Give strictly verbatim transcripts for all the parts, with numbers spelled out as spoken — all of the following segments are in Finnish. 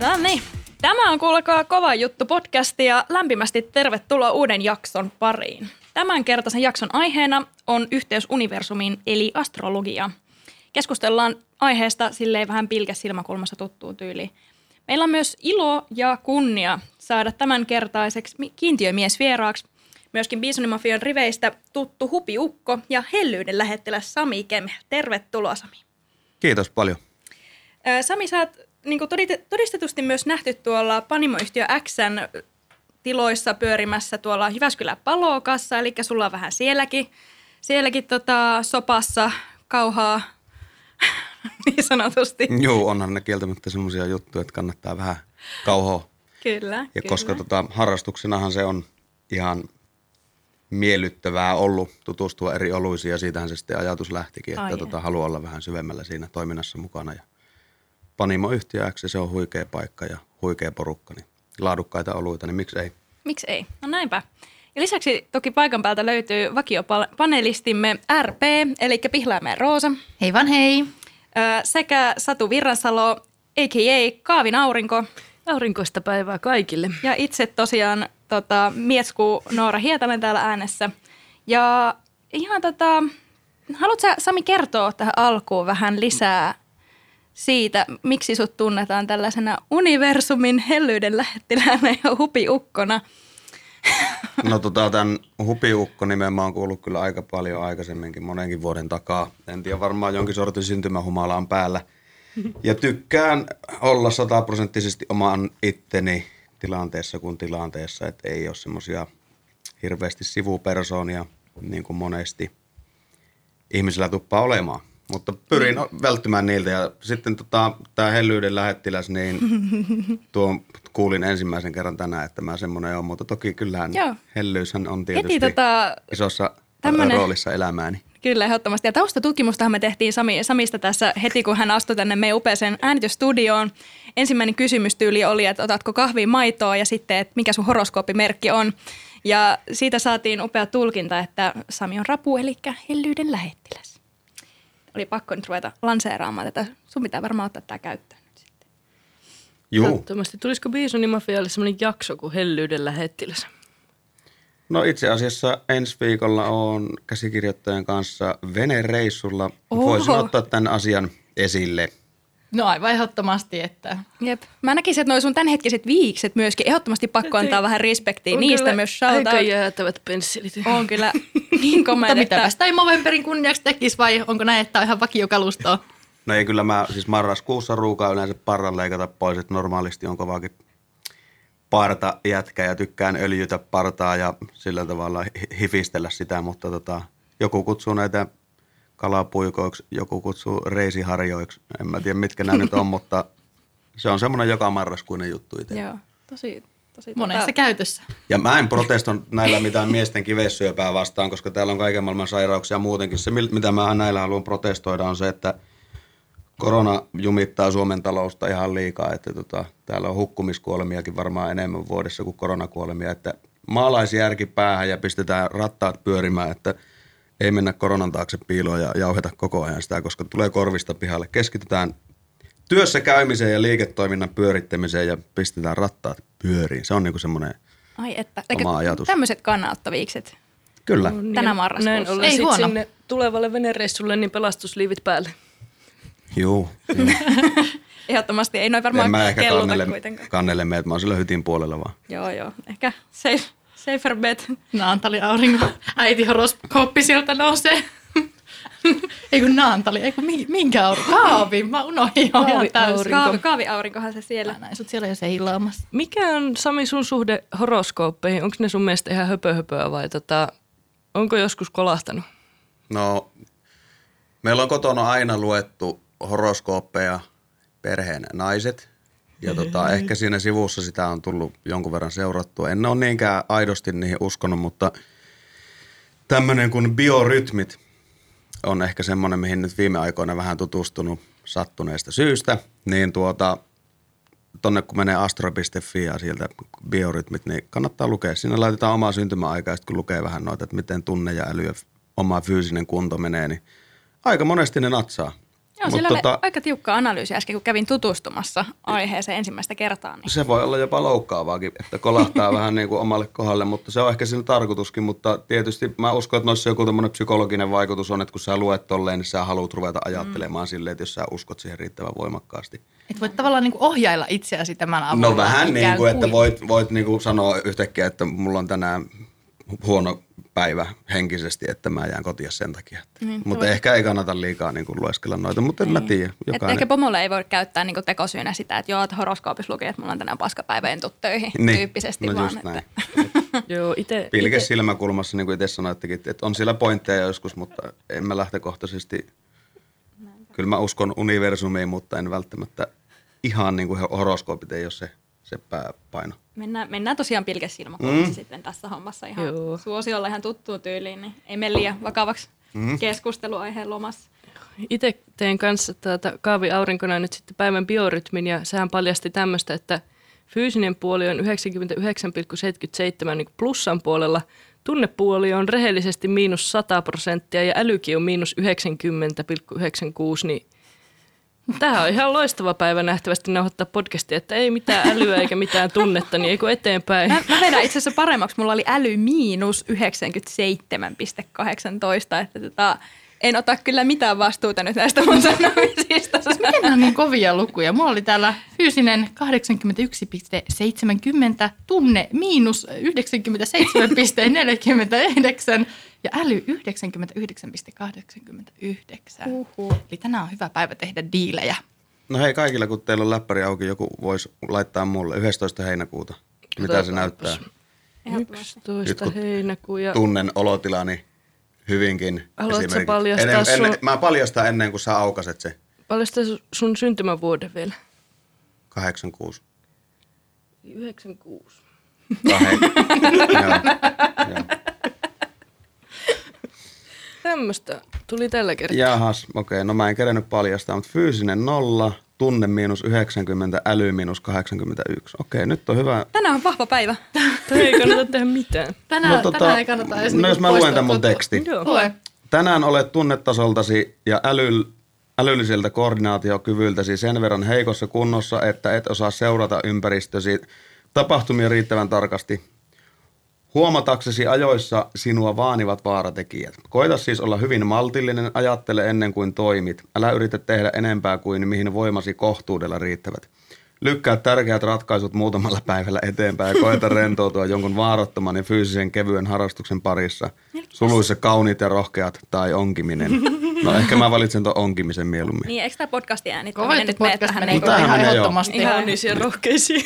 No niin, tämä on kuulkaa Kova juttu -podcast ja lämpimästi tervetuloa uuden jakson pariin. Tämänkertaisen jakson aiheena on yhteys universumiin eli astrologia. Keskustellaan aiheesta silleen vähän pilkäs silmäkulmassa tuttuun tyyliin. Meillä on myös ilo ja kunnia saada tämänkertaiseksi kiintiömies vieraaksi myöskin Bisonimafian riveistä tuttu hupiukko ja hellyyden lähettiläs Sami Kem. Tervetuloa, Sami. Kiitos paljon. Sami, sä oot niin todistetusti myös nähty tuolla Panimoyhtiö X:n tiloissa pyörimässä tuolla Jyväskylän Palokassa, eli sulla on vähän sielläkin, sielläkin tota sopassa kauhaa niin sanotusti. Joo, onhan ne kieltämättä semmoisia juttuja, että kannattaa vähän kauhoa. Kyllä, Ja kyllä. koska tota, harrastuksenahan se on ihan miellyttävää ollut tutustua eri oluisiin ja siitähän se sitten ajatus lähtikin, että tota, haluaa olla vähän syvemmällä siinä toiminnassa mukana. Ja Panimoyhtiö X, se on huikea paikka ja huikea porukka, niin laadukkaita oluita, niin miksi ei? Miksi ei? No näinpä. Ja lisäksi toki paikan päältä löytyy vakiopanelistimme R P, eli Pihlajamäen Roosa. Hei vaan hei. Sekä Satu Virransalo, a k a. Kaavin aurinko. Aurinkoista päivää kaikille. Ja itse tosiaan tota, Mietsku Noora Hietanen täällä äänessä. Ja ihan tota, haluatko sä, Sami, kertoa tähän alkuun vähän lisää siitä, miksi sut tunnetaan tällaisena universumin hellyyden lähettiläänä ja hupiukkona? No tota, tämän hupiukko-nimen mä oon kuullut kyllä aika paljon aikaisemminkin, monenkin vuoden takaa. En tiedä, varmaan jonkin sortin syntymähumala on päällä. Ja tykkään olla sataprosenttisesti oman itteni tilanteessa kuin tilanteessa, että ei ole semmoisia hirveästi sivupersoonia, niin kuin monesti ihmisillä tuppaa olemaan. Mutta pyrin mm. välttymään niiltä ja sitten tota, tämä hellyyden lähettiläs, niin tuo kuulin ensimmäisen kerran tänään, että mä semmoinen on, mutta toki kyllähän Joo. hellyyshän on tietysti Heti tota, isossa tämmönen roolissa elämääni. Kyllä, ehdottomasti. Ja taustatutkimustahan me tehtiin Sami, Samista tässä heti, kun hän astui tänne meidän upeaseen äänitysstudioon. Ensimmäinen kysymystyyli oli, että otatko kahvia maitoa ja sitten, että mikä sun horoskooppimerkki on. Ja siitä saatiin upea tulkinta, että Sami on rapu, eli hellyyden lähettiläs. Oli pakko nyt ruveta lanseeraamaan tätä. Sun pitää varmaan ottaa tämä käyttöön nyt sitten. Joo. Välttämästi. Tulisiko Bisonimafialle semmoinen jakso kuin hellyyden lähettiläs? No itse asiassa ensi viikolla on käsikirjoittajan kanssa venereissulla. Oho. Voisin ottaa tämän asian esille. No aivan ehdottomasti, että... Jep. Mä näkisin, että noi sun tämänhetkiset viikset myöskin ehdottomasti pakko antaa vähän respektiä. On Niistä kyllä myös shout aika out. jäätävät pensselit. On kyllä niin komeet, Mutta että... mitäpäs tai Movemberin kunniaksi tekisi vai onko näin, että on ihan vakiokalustoa? No ei kyllä mä siis marraskuussa ruukaan yleensä parran leikata pois, että normaalisti on kovaakin parta jätkä ja tykkään öljytä partaa ja sillä tavalla hifistellä sitä, mutta tota, joku kutsuu näitä kalapuikoiksi, joku kutsuu reisiharjoiksi. En mä tiedä, mitkä nämä nyt on, mutta se on semmoinen joka marraskuinen juttu itse. Joo, tosi, tosi... Monessa tota... käytössä. Ja mä en proteston näillä mitään miesten kivessyöpää vastaan, koska täällä on kaiken maailman sairauksia muutenkin. Se, mitä mä näillä haluan protestoida, on se, että korona jumittaa Suomen talousta ihan liikaa. Että tota, täällä on hukkumiskuolemiakin varmaan enemmän vuodessa kuin koronakuolemia. Että maalaisjärki päähän ja pistetään rattaat pyörimään, että ei mennä koronan taakse piiloon ja jauheta koko ajan sitä, koska tulee korvista pihalle. Keskitytään työssä käymiseen ja liiketoiminnan pyörittämiseen ja pistetään rattaat pyöriin. Se on niinku semmoinen Ai että, oma ajatus. Tämmöiset kannanottaviikset Kyllä. No, tänä marraskuussa. Näin ollen Ei sit huono. sinne tulevalle venereissulle niin pelastusliivit päälle. Joo. joo. Ehdottomasti ei noin En varmaan mä ehkä kelluta kannelle, kuitenkaan. kannelle mene, että mä oon sillä hytin puolella vaan. Joo, joo. Ehkä safe, safer bet. Naantali aurinko. Äiti horoskooppi sieltä nousee. Ei kun Naantali, ei kun mi- minkä aurinko? Kaavi, mä unohdin jo ihan täysin. Aurinko. Kaavi, kaaviaurinkohan se siellä. Mä näin sut siellä jo seilaamassa. Mikä on, Sami, sun suhde horoskooppeihin? Onko ne sun mielestä ihan höpö-höpöä vai tota, onko joskus kolahtanut? No, meillä on kotona aina luettu horoskooppeja perheen naiset. Ja tota, ehkä siinä sivussa sitä on tullut jonkun verran seurattua. En ole niinkään aidosti niihin uskonut, mutta tämmöinen kuin biorytmit on ehkä semmoinen, mihin nyt viime aikoina vähän tutustunut sattuneesta syystä. Niin tuota, tonne kun menee astro piste fi ja sieltä biorytmit, niin kannattaa lukea. Siinä laitetaan omaa syntymäaikaa, kun lukee vähän noita, että miten tunne ja äly ja oma fyysinen kunto menee, niin aika monesti ne natsaa. Joo, siellä tota, oli aika tiukka analyysi äsken, kun kävin tutustumassa aiheeseen ensimmäistä kertaa. Niin. Se voi olla jopa loukkaavaakin, että kolahtaa vähän niin kuin omalle kohdalle, mutta se on ehkä siinä tarkoituskin. Mutta tietysti mä uskon, että noissa joku tämmöinen psykologinen vaikutus on, että kun sä luet tolleen, niin sä haluat ruveta ajattelemaan mm. silleen, että jos sä uskot siihen riittävän voimakkaasti. Että voit tavallaan niin kuin ohjailla itseäsi tämän avulla. No vähän niin kuin, että voit, voit niin kuin sanoa yhtäkkiä, että mulla on tänään huono päivä henkisesti, että mä jään kotiin sen takia. Niin, mutta voi... ehkä ei kannata liikaa niin kuin lueskella noita, mutta en niin. mä tiedä. Jokainen... Ehkä pomolle ei voi käyttää niin kuin tekosyynä sitä, että joo, että horoskoopissa lukee, että mulla on tänään paskapäivä, en tuu töihin niin. tyyppisesti. No vaan, että... joo, ite, Pilke ite... silmäkulmassa, niin kuin itse sanoittekin, että on siellä pointteja joskus, mutta en mä lähtökohtaisesti, kyllä mä uskon universumiin, mutta en välttämättä ihan niin kuin horoskoopit ei ole se, se pääpaino. Mennään, mennään tosiaan pilkesilmakulmassa mm. sitten tässä hommassa ihan Joo. suosiolla ihan tuttuun tyyliin, niin ei mene liian vakavaksi mm. keskusteluaiheen lomassa. Itse teen kanssa tuota Kaavi Aurinkona nyt sitten päivän biorytmin ja sehän paljasti tämmöistä, että fyysinen puoli on yhdeksänkymmentäyhdeksän pilkku seitsemänkymmentäseitsemän niin plussan puolella, tunnepuoli on rehellisesti miinus sata prosenttia ja älykin on miinus yhdeksänkymmentä pilkku yhdeksänkymmentäkuusi, niin tämä on ihan loistava päivä nähtävästi nauhoittaa podcastia, että ei mitään älyä eikä mitään tunnetta, niin eikö eteenpäin. Mä, mä vedän itse asiassa paremmaksi. Mulla oli äly miinus yhdeksänkymmentäseitsemän pilkku kahdeksantoista, että tota, en ota kyllä mitään vastuuta nyt näistä mun sanomisista. Miten on niin kovia lukuja? Mulla oli täällä fyysinen kahdeksankymmentäyksi pilkku seitsemänkymmentä, tunne miinus yhdeksänkymmentäseitsemän pilkku neljäkymmentäyhdeksän ja äly yhdeksänkymmentäyhdeksän pilkku kahdeksankymmentäyhdeksän. Uhuh. Eli tänään on hyvä päivä tehdä diilejä. No hei kaikilla, kun teillä on läppäri auki, joku voisi laittaa mulle yhdestoista heinäkuuta. Mitä Katsotaan. Se näyttää? yhdestoista heinäkuuta. Ja... Tunnen olotilani hyvinkin. Haluatko sä paljastaa ennen, sun... ennen, Mä paljastan ennen kuin sä aukaset se. Paljastaa sun syntymävuoden vielä. kahdeksankymmentäkuusi. yhdeksänkymmentäkuusi. Joo, joo. Tämmöistä tuli tällä kertaa. Jahas, okei. Okay. No mä en kerennyt paljastaa, mutta fyysinen nolla, tunne miinus yhdeksänkymmentä, äly miinus kahdeksankymmentäyksi. Okei, okay, nyt on hyvä. Tänään on vahva päivä. Tänään ei kannata tehdä mitään. Tänään, no, tota, tänään ei kannata edes no jos mä luen tämän mun tekstin. Lue. Tänään olet tunnetasoltasi ja äly, älylliseltä koordinaatiokyvyltäsi sen verran heikossa kunnossa, että et osaa seurata ympäristösi tapahtumia riittävän tarkasti. Huomataksesi ajoissa sinua vaanivat vaaratekijät. Koita siis olla hyvin maltillinen, ajattele ennen kuin toimit. Älä yritä tehdä enempää kuin mihin voimasi kohtuudella riittävät. Lykkää tärkeät ratkaisut muutamalla päivällä eteenpäin ja koeta rentoutua jonkun vaarattoman ja fyysisen kevyen harrastuksen parissa. Suluissa kauniit ja rohkeat tai onkiminen. No ehkä mä valitsen tuon onkimisen mieluummin. Niin, eikö tämä podcastin ääni? Kovasti podcast menee ihan ehdottomasti. Ihan niisiä rohkeisiin.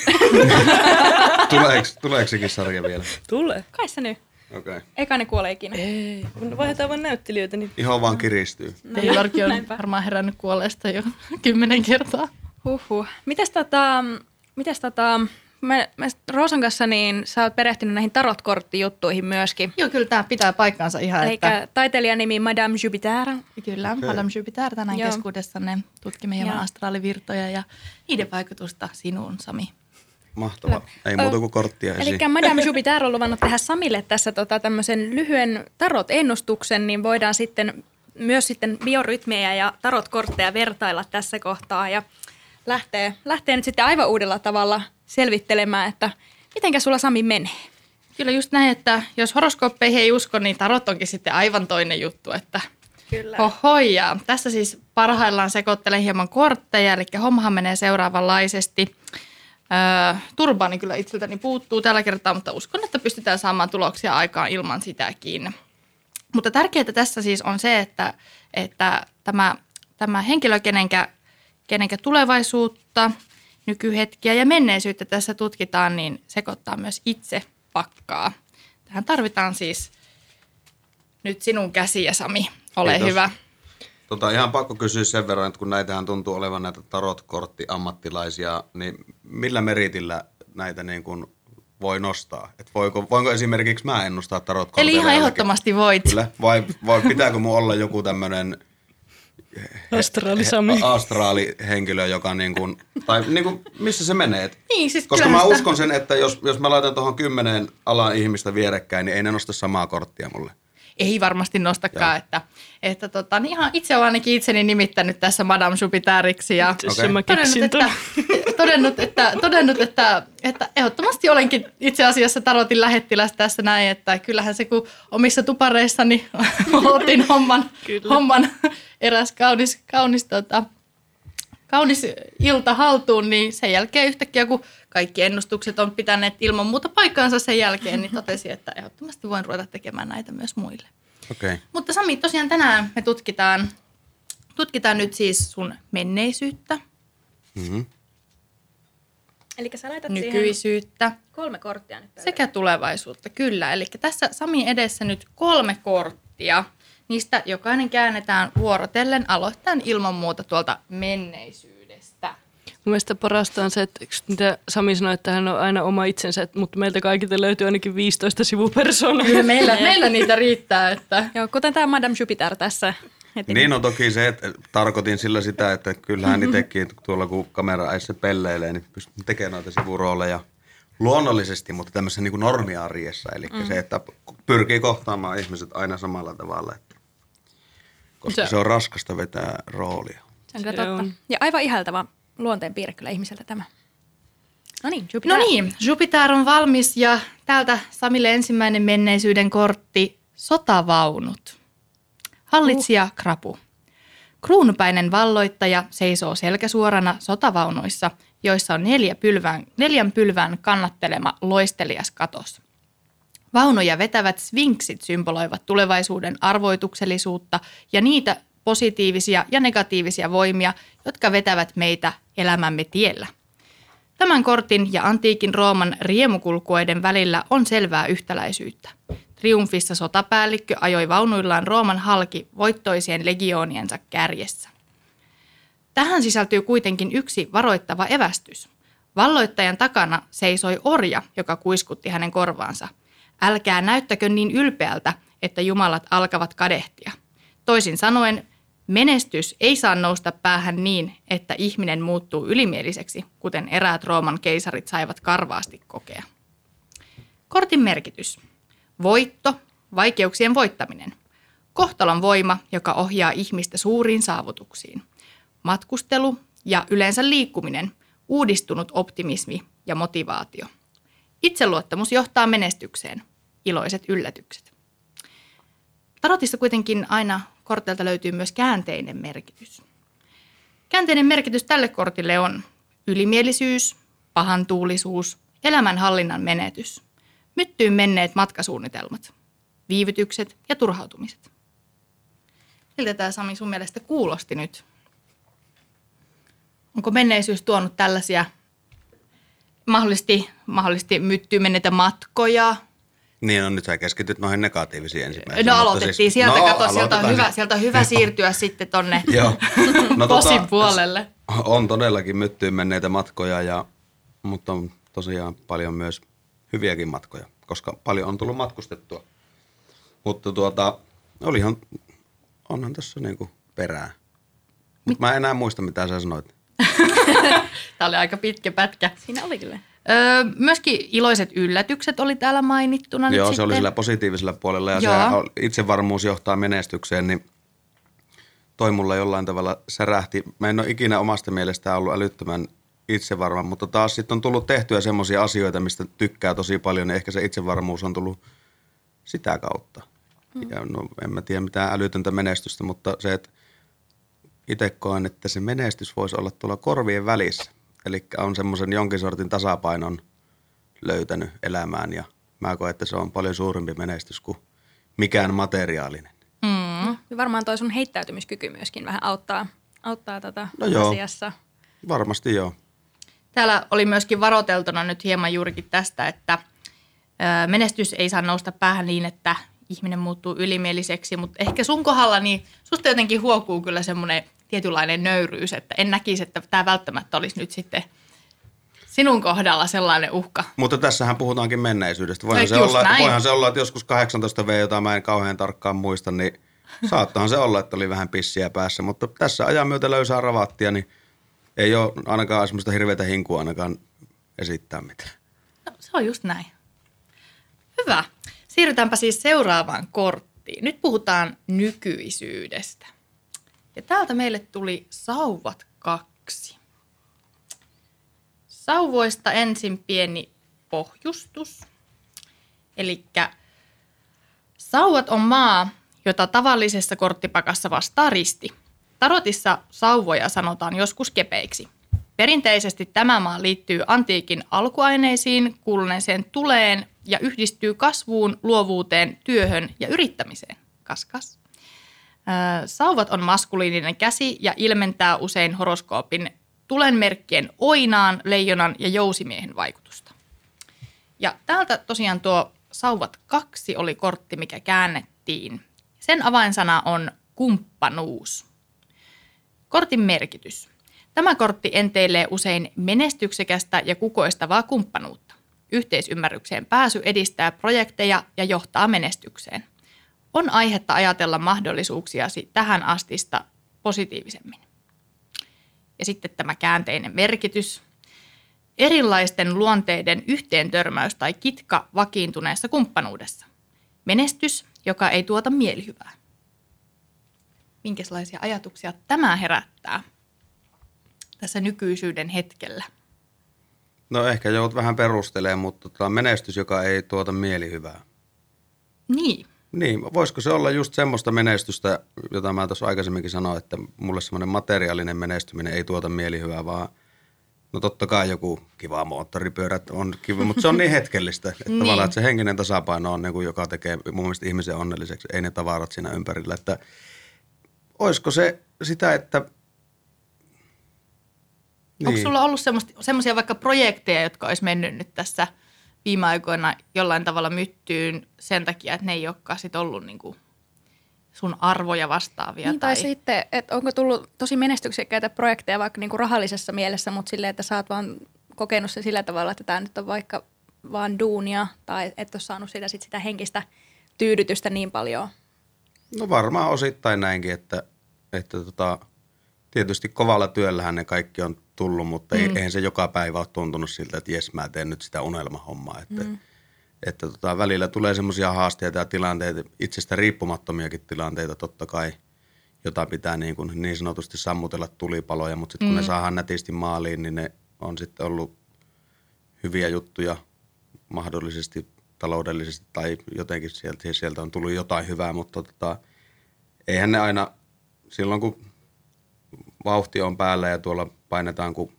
Tuleeko, tuleeko sekin sarja vielä? Tulee. Kai se nyt. Okei. Okay. Eikä ne kuole ikinä. Ei, vaihdetaan vaan näyttelijöitä. Niin... Ihan vaan kiristyy. Taylorkin on varmaan herännyt kuolleesta jo kymmenen kertaa. Huhhuh. Mites tota, mites tota, me, me Roosan kanssa niin sä oot perehtynyt näihin tarotkorttijuttuihin myöskin. Joo, kyllä tämä pitää paikkaansa ihan. Eikä että... taiteilijan nimi Madame Jupiter. Kyllä, okay. Madame Jupiter tänään Joo. keskuudessanne. Tutkimme hieman astraalivirtoja ja niiden vaikutusta sinuun, Sami. Mahtavaa. Ei muuta kuin korttia esiin. Eli Madame Jupiter on luvannut tehdä Samille tässä tota, tämmöisen lyhyen tarot-ennustuksen, niin voidaan sitten myös sitten biorytmejä ja tarotkortteja vertailla tässä kohtaa ja lähtee, lähtee nyt sitten aivan uudella tavalla selvittelemään, että mitenkä sulla Sami menee. Kyllä just näin, että jos horoskooppeihin ei usko, niin tarot onkin sitten aivan toinen juttu, että Kyllä. Hohoi, ja tässä siis parhaillaan sekoittelen hieman kortteja, eli hommahan menee seuraavanlaisesti. Öö, turbaani kyllä itseltäni puuttuu tällä kertaa, mutta uskon, että pystytään saamaan tuloksia aikaan ilman sitäkin. Mutta tärkeää tässä siis on se, että, että tämä, tämä henkilö, kenenkä, kenenkä tulevaisuutta, nykyhetkiä ja menneisyyttä tässä tutkitaan, niin sekoittaa myös itse pakkaa. Tähän tarvitaan siis nyt sinun käsiä, Sami. Ole Kiitos. Hyvä. Tota, ihan pakko kysyä sen verran, että kun näitähän tuntuu olevan näitä tarotkorttiammattilaisia, niin millä meritillä näitä niin kuin voi nostaa? Et voiko, voinko esimerkiksi mä ennustaa tarotkortteja? Eli ihan ehdottomasti voit. Kyllä. Vai, vai pitääkö mun olla joku tämmöinen Astraali-Sami. astraalihenkilö, joka niin kuin, tai niin kuin, missä se menee? Niin, siis Koska mä sitä... uskon sen, että jos, jos mä laitan tuohon kymmeneen alan ihmistä vierekkäin, niin ei ne nosta samaa korttia mulle. ei varmasti nostakaan. Että, että tota, niin ihan itse olen ainakin itseni nimittänyt tässä Madame Jupiteriksi ja okay. Mä todennut, että, todennut, että, todennut että, että ehdottomasti olenkin itse asiassa tarotin lähettiläs tässä näin, että kyllähän se kun omissa tupareissani otin homman, homman eräs kaunis, kaunis tota, kaunis ilta haltuun, niin sen jälkeen yhtäkkiä, kun kaikki ennustukset on pitäneet ilman muuta paikkaansa sen jälkeen, niin totesin, että ehdottomasti voin ruveta tekemään näitä myös muille. Okay. Mutta Sami, tosiaan tänään me tutkitaan, tutkitaan nyt siis sun menneisyyttä, mm-hmm. Eli sä laitat nykyisyyttä kolme korttia nyt pöydälle. sekä tulevaisuutta, kyllä. Eli tässä Sami edessä nyt kolme korttia. Niistä jokainen käännetään vuorotellen aloittaen ilman muuta tuolta menneisyydestä. Mun mielestä parasta on se, että mitä Sami sanoi, että hän on aina oma itsensä, mutta meiltä kaikilta löytyy ainakin viisitoista sivupersoonaa. Kyllä meillä, meillä niitä riittää. Että. Joo, kuten tämä Madame Jupiter tässä. Heti. Niin on toki se, että tarkoitin sillä sitä, että kyllähän itsekin tuolla kun kamera äissä pelleilee, niin pystyy tekemään noita sivurooleja luonnollisesti, mutta tämmöisessä niin kuin normiarjessa. Eli mm. se, että pyrkii kohtaamaan ihmiset aina samalla tavalla. Että koska se, se on raskasta vetää roolia. Se on kyllä totta. On. Ja aivan ihaltava luonteenpiirre kyllä ihmiseltä tämä. No niin, Jupiter. No niin, Jupiter on valmis ja täältä Samille ensimmäinen menneisyyden kortti, sotavaunut. Hallitsija uh. Krapu. Kruunupäinen valloittaja seisoo selkäsuorana sotavaunuissa, joissa on neljä pylvään, neljän pylvään kannattelema loistelias katos. Vaunuja vetävät sfinksit symboloivat tulevaisuuden arvoituksellisuutta ja niitä positiivisia ja negatiivisia voimia, jotka vetävät meitä elämämme tiellä. Tämän kortin ja antiikin Rooman riemukulkueiden välillä on selvää yhtäläisyyttä. Triumfissa sotapäällikkö ajoi vaunuillaan Rooman halki voittoisien legiooniensa kärjessä. Tähän sisältyy kuitenkin yksi varoittava evästys. Valloittajan takana seisoi orja, joka kuiskutti hänen korvaansa. Älkää näyttäkö niin ylpeältä, että jumalat alkavat kadehtia. Toisin sanoen, menestys ei saa nousta päähän niin, että ihminen muuttuu ylimieliseksi, kuten eräät Rooman keisarit saivat karvaasti kokea. Kortin merkitys. Voitto, vaikeuksien voittaminen. Kohtalon voima, joka ohjaa ihmistä suuriin saavutuksiin. Matkustelu ja yleensä liikkuminen, uudistunut optimismi ja motivaatio. Itseluottamus johtaa menestykseen. Iloiset yllätykset. Tarotissa kuitenkin aina kortilta löytyy myös käänteinen merkitys. Käänteinen merkitys tälle kortille on ylimielisyys, pahantuulisuus, elämänhallinnan menetys, myttyyn menneet matkasuunnitelmat, viivytykset ja turhautumiset. Miltä tämä, Sami, sun mielestä kuulosti nyt? Onko menneisyys tuonut tällaisia mahdollisesti, mahdollisesti myttyyn menneitä matkoja? Niin, no nyt sä keskityt noihin negatiivisiin ensimmäisenä. No aloitettiin siis, sieltä, no, kato, sieltä, on hyvä, sieltä on hyvä siirtyä sitten tonne no, posin tota, puolelle. On todellakin myttyyn menneitä matkoja, ja, mutta on tosiaan paljon myös hyviäkin matkoja, koska paljon on tullut matkustettua. Mutta tuota, olihan, onhan tässä niinku perää. Mutta mä en enää muista, mitä sä sanoit. Tämä oli aika pitkä pätkä. Siinä oli kyllä. Öö, myöskin iloiset yllätykset oli täällä mainittuna. Joo, nyt se sitten. oli sillä positiivisella puolella ja se itsevarmuus johtaa menestykseen, niin toi mulla jollain tavalla särähti. Mä en ole ikinä omasta mielestään ollut älyttömän itsevarma, mutta taas sitten on tullut tehtyä semmoisia asioita, mistä tykkää tosi paljon, niin ehkä se itsevarmuus on tullut sitä kautta. Mm. Ja no, en mä tiedä mitään älytöntä menestystä, mutta se, että itse koen, että se menestys voisi olla tuolla korvien välissä. Eli on semmoisen jonkin sortin tasapainon löytänyt elämään ja mä koen, että se on paljon suurempi menestys kuin mikään materiaalinen. Mm. Ja varmaan toi sun heittäytymiskyky myöskin vähän auttaa, auttaa tätä no asiassa. Varmasti joo. Täällä oli myöskin varoiteltuna nyt hieman juurikin tästä, että menestys ei saa nousta päähän niin, että ihminen muuttuu ylimieliseksi, mutta ehkä sun kohdalla niin susta jotenkin huokuu kyllä semmoinen tietynlainen nöyryys, että en näkisi, että tämä välttämättä olisi nyt sitten sinun kohdalla sellainen uhka. Mutta tässähän puhutaankin menneisyydestä. Voihan, se olla, voihan se olla, että joskus kahdeksantoista vuotta, jota mä en kauhean tarkkaan muista, niin saattahan se olla, että oli vähän pissiä päässä. Mutta tässä ajan myötä löysää ravattia, niin ei ole ainakaan semmoista hirveätä hinkua ainakaan esittää mitään. No, se on just näin. Hyvä. Siirrytäänpä siis seuraavaan korttiin. korttiin. Nyt puhutaan nykyisyydestä. Ja täältä meille tuli sauvat kaksi. Sauvoista ensin pieni pohjustus. Elikkä sauvat on maa, jota tavallisessa korttipakassa vastaa risti. Tarotissa sauvoja sanotaan joskus kepeiksi. Perinteisesti tämä maa liittyy antiikin alkuaineisiin, kuuluneeseen tuleen ja yhdistyy kasvuun, luovuuteen, työhön ja yrittämiseen. Kas, kas. Sauvat on maskuliininen käsi ja ilmentää usein horoskoopin tulenmerkkien oinaan, leijonan ja jousimiehen vaikutusta. Ja täältä tosiaan tuo sauvat kaksi oli kortti, mikä käännettiin. Sen avainsana on kumppanuus. Kortin merkitys. Tämä kortti enteilee usein menestyksekästä ja kukoistavaa kumppanuutta. Yhteisymmärrykseen pääsy edistää projekteja ja johtaa menestykseen. On aihetta ajatella mahdollisuuksiasi tähän astista positiivisemmin. Ja sitten tämä käänteinen merkitys. Erilaisten luonteiden yhteentörmäys tai kitka vakiintuneessa kumppanuudessa. Menestys, joka ei tuota mielihyvää. Minkälaisia ajatuksia tämä herättää tässä nykyisyyden hetkellä? No ehkä joudut vähän perustelemaan, mutta tota, menestys, joka ei tuota mielihyvää. Niin. Niin, voisiko se olla just semmoista menestystä, jota mä tuossa aikaisemminkin sanoin, että mulle semmoinen materiaalinen menestyminen ei tuota mielihyvää, vaan no totta kai joku kiva moottoripyörä on kiva, mutta se on niin hetkellistä, että niin. Tavallaan että se henkinen tasapaino on, niin kuin, joka tekee mun mielestä ihmisen onnelliseksi, ei ne tavarat siinä ympärillä, että olisiko se sitä, että niin. Onko sulla ollut semmoisia vaikka projekteja, jotka olisi mennyt nyt tässä viime aikoina jollain tavalla myttyyn sen takia, että ne ei olekaan sit ollut niinku sun arvoja vastaavia? Niin, tai, tai sitten, että onko tullut tosi menestyksekkäitä projekteja vaikka niinku rahallisessa mielessä, mutta silleen, että sä oot vaan kokenut se sillä tavalla, että tämä nyt on vaikka vaan duunia tai et ole saanut siitä sit sitä henkistä tyydytystä niin paljon? No varmaan osittain näinkin, että, että tota, tietysti kovalla työllähän ne kaikki on tullut, mutta mm. eihän se joka päivä ole tuntunut siltä, että jes, mä teen nyt sitä unelmahommaa. Että, mm. että tota, välillä tulee semmoisia haasteita ja tilanteita, itsestä riippumattomiakin tilanteita totta kai, jota pitää niin, kuin niin sanotusti sammutella tulipaloja, mutta sitten kun mm. ne saadaan nätisti maaliin, niin ne on sitten ollut hyviä juttuja mahdollisesti taloudellisesti tai jotenkin sieltä, sieltä on tullut jotain hyvää, mutta tota, eihän ne aina silloin, kun vauhti on päällä ja tuolla painetaan, kun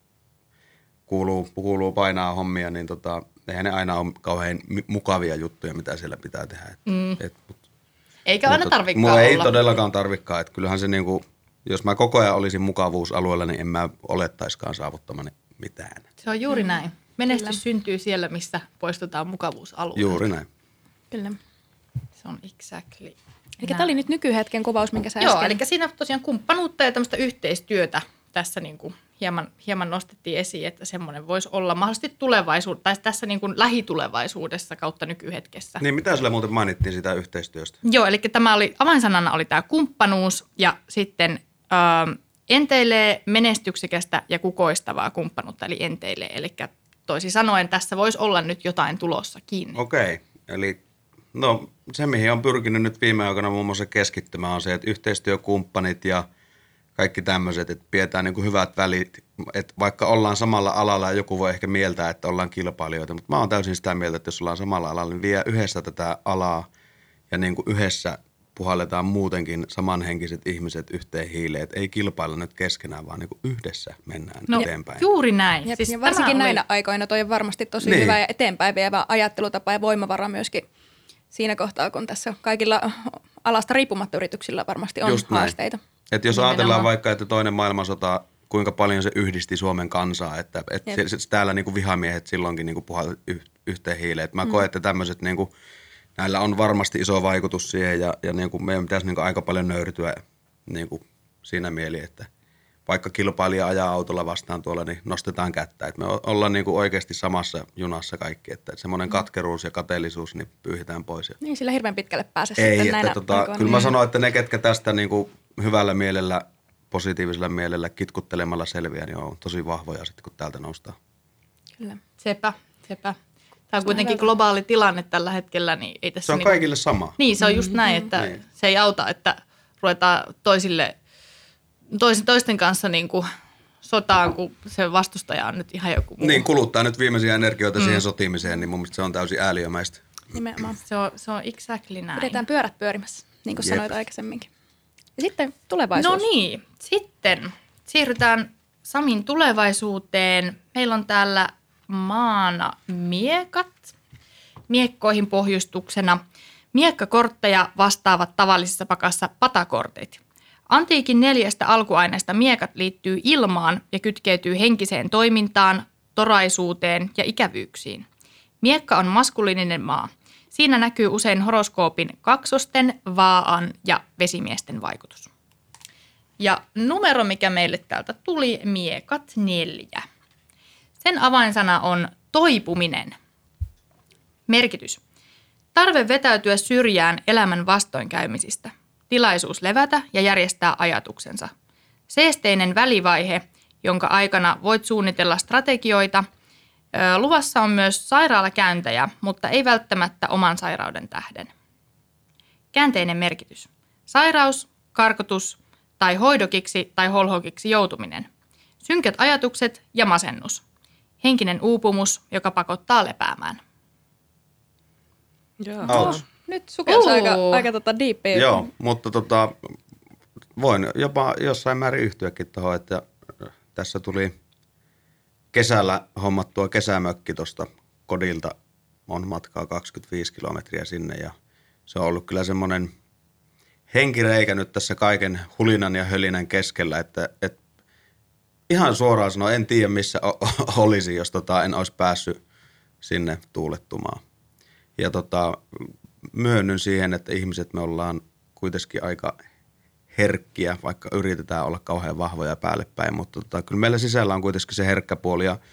kuuluu, kuuluu painaa hommia, niin tota, eihän ne aina ole kauhean mukavia juttuja, mitä siellä pitää tehdä. Et, mm. et, mut, Eikä aina tarvikaan olla. Ei olla. todellakaan tarvikaan. Että kyllähän se niinku, jos mä koko ajan olisin mukavuusalueella, niin en mä olettaiskaan saavuttamani mitään. Se on juuri mm. näin. Menestys Kyllä. syntyy siellä, missä poistutaan mukavuusalueelta. Juuri näin. Kyllä. Se on exactly. Eli tämä oli nyt nykyhetken kuvaus, minkä sä Joo, äsken... eli siinä tosiaan kumppanuutta ja tämmöistä yhteistyötä tässä niin kuin hieman, hieman nostettiin esiin, että semmoinen voisi olla mahdollisesti tulevaisuudessa, tai tässä niin kuin lähitulevaisuudessa kautta nykyhetkessä. Niin, mitä sille muuten mainittiin sitä yhteistyöstä? Joo, eli tämä oli, avainsanana oli tämä kumppanuus ja sitten äh, enteilee menestyksekästä ja kukoistavaa kumppanuutta, eli enteilee. Eli toisin sanoen tässä voisi olla nyt jotain tulossakin. Okei, eli no se, mihin on pyrkinyt nyt viime aikoina muun muassa keskittymään, on se, että yhteistyökumppanit ja kaikki tämmöiset, että pidetään niin kuin hyvät välit, että vaikka ollaan samalla alalla ja joku voi ehkä mieltää, että ollaan kilpailijoita, mutta mä oon täysin sitä mieltä, että jos ollaan samalla alalla, niin vie yhdessä tätä alaa ja niin kuin yhdessä puhalletaan muutenkin samanhenkiset ihmiset yhteen hiileen, että ei kilpailla nyt keskenään, vaan niin kuin yhdessä mennään no, eteenpäin. Juuri näin. Ja, siis ja varsinkin näinä oli... aikoina toi on varmasti tosi niin. hyvä ja eteenpäin vievä ajattelutapa ja voimavara myöskin siinä kohtaa, kun tässä kaikilla alasta riippumatta yrityksillä varmasti on Just haasteita. Että jos ajatellaan vaikka, että toinen maailmansota, kuinka paljon se yhdisti Suomen kansaa, että, että se, se, täällä niin kuin vihamiehet silloinkin niin kuin puhallivat yhteen hiileen. Että mä mm. koen, että tämmöiset, niin kuin, näillä on varmasti iso vaikutus siihen ja, ja niin kuin meidän pitäisi niin kuin aika paljon nöyrtyä niin kuin siinä mieli, että vaikka kilpailija ajaa autolla vastaan tuolla, niin nostetaan kättä. Että me ollaan niin kuin oikeasti samassa junassa kaikki, että semmoinen katkeruus ja kateellisuus niin pyyhitään pois. Niin, sillä hirveän pitkälle pääse Ei, sitten että näinä tota, aikoina. kyllä mä sanon, että ne, ketkä tästä niin kuin hyvällä mielellä, positiivisella mielellä, kitkuttelemalla selviää, niin on tosi vahvoja sitten, kun täältä noustaan. Kyllä. Sepä, sepä. Tämä on kuitenkin globaali tilanne tällä hetkellä, niin ei tässä... Se on niinku... kaikille sama. Niin, se on just näin, että niin. Se ei auta, että ruvetaan toisille, tois, toisten kanssa niin kuin sotaan, kun se vastustaja on nyt ihan joku muu. Niin, kuluttaa nyt viimeisiä energioita mm. siihen sotimiseen, niin mun mielestä se on täysin ääliömäistä. Nimenomaan. Se on, se on exactly näin. Pidetään pyörät pyörimässä, niin kuin Jep. sanoit aikaisemminkin. Ja sitten tulevaisuus. No niin, sitten siirrytään Samin tulevaisuuteen. Meillä on täällä maana miekat. Miekkoihin pohjustuksena. Miekkakortteja vastaavat tavallisessa pakassa patakortit. Antiikin neljästä alkuaineesta miekat liittyy ilmaan ja kytkeytyy henkiseen toimintaan, toraisuuteen ja ikävyyksiin. Miekka on maskuliininen maa. Siinä näkyy usein horoskoopin kaksosten, vaaan ja vesimiesten vaikutus. Ja numero, mikä meille täältä tuli, miekat neljä. Sen avainsana on toipuminen. Merkitys. Tarve vetäytyä syrjään elämän vastoinkäymisistä. Tilaisuus levätä ja järjestää ajatuksensa. Seesteinen välivaihe, jonka aikana voit suunnitella strategioita. Luvassa on myös sairaalakäyntejä, mutta ei välttämättä oman sairauden tähden. Käänteinen merkitys. Sairaus, karkotus tai hoidokiksi tai holhokiksi joutuminen. Synkät ajatukset ja masennus. Henkinen uupumus, joka pakottaa lepäämään. Joo. Nyt sukelsi Uh. aika, aika tota diippiä. Joo, mutta tota, voin jopa jossain määrin yhtyäkin tuohon, että tässä tuli kesällä hommattua kesämökki tuosta kodilta. On matkaa kaksikymmentäviisi kilometriä sinne ja se on ollut kyllä semmoinen henkireikä nyt tässä kaiken hulinan ja hölinän keskellä, että, että ihan suoraan sanoen en tiedä missä olisi, jos tota en olisi päässyt sinne tuulettumaan. Ja tota, myönnyn siihen, että ihmiset me ollaan kuitenkin aika herkkiä, vaikka yritetään olla kauhean vahvoja päälle päin, mutta tota, kyllä meillä sisällä on kuitenkin se herkkä puoli ja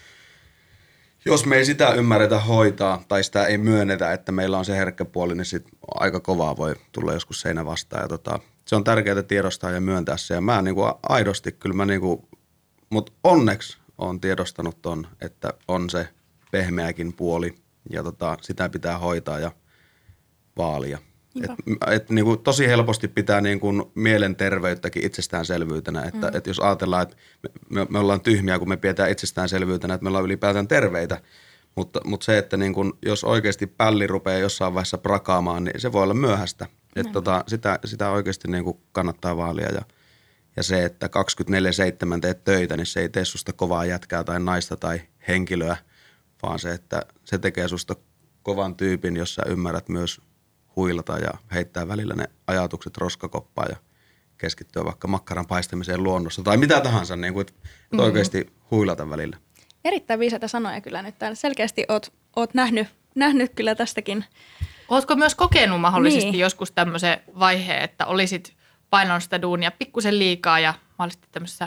jos me ei sitä ymmärretä hoitaa tai sitä ei myönnetä, että meillä on se herkkä puoli, niin sit aika kovaa voi tulla joskus seinä vastaan ja tota, se on tärkeää tiedostaa ja myöntää se ja mä niinku aidosti kyllä mä niinku, mut onneksi olen tiedostanut ton, että on se pehmeäkin puoli ja tota, sitä pitää hoitaa ja vaalia. Et, et, niin kuin, tosi helposti pitää niin kuin, mielenterveyttäkin itsestäänselvyytenä, että mm. et jos ajatellaan, että me, me ollaan tyhmiä, kun me pidetään itsestäänselvyytenä, että me ollaan ylipäätään terveitä, mutta, mutta se, että niin kuin, jos oikeasti pälli rupeaa jossain vaiheessa prakaamaan, niin se voi olla myöhäistä. Mm. Et, tota, sitä, sitä oikeasti niin kuin, kannattaa vaalia ja, ja se, että kaksikymmentäneljä seitsemän teet töitä, niin se ei tee susta kovaa jätkää tai naista tai henkilöä, vaan se, että se tekee susta kovan tyypin, jos sä ymmärrät myös huilata ja heittää välillä ne ajatukset roskakoppaan ja keskittyä vaikka makkaran paistamiseen luonnossa tai mitä tahansa, niin kuin, että mm-hmm. oikeasti huilata välillä. Erittäin viisaita sanoja kyllä nyt. Selkeästi oot, oot nähnyt, nähnyt kyllä tästäkin. Ootko myös kokenut mahdollisesti niin. joskus tämmöisen vaiheen, että olisit painanut sitä duunia pikkusen liikaa ja mahdollisesti tämmöisessä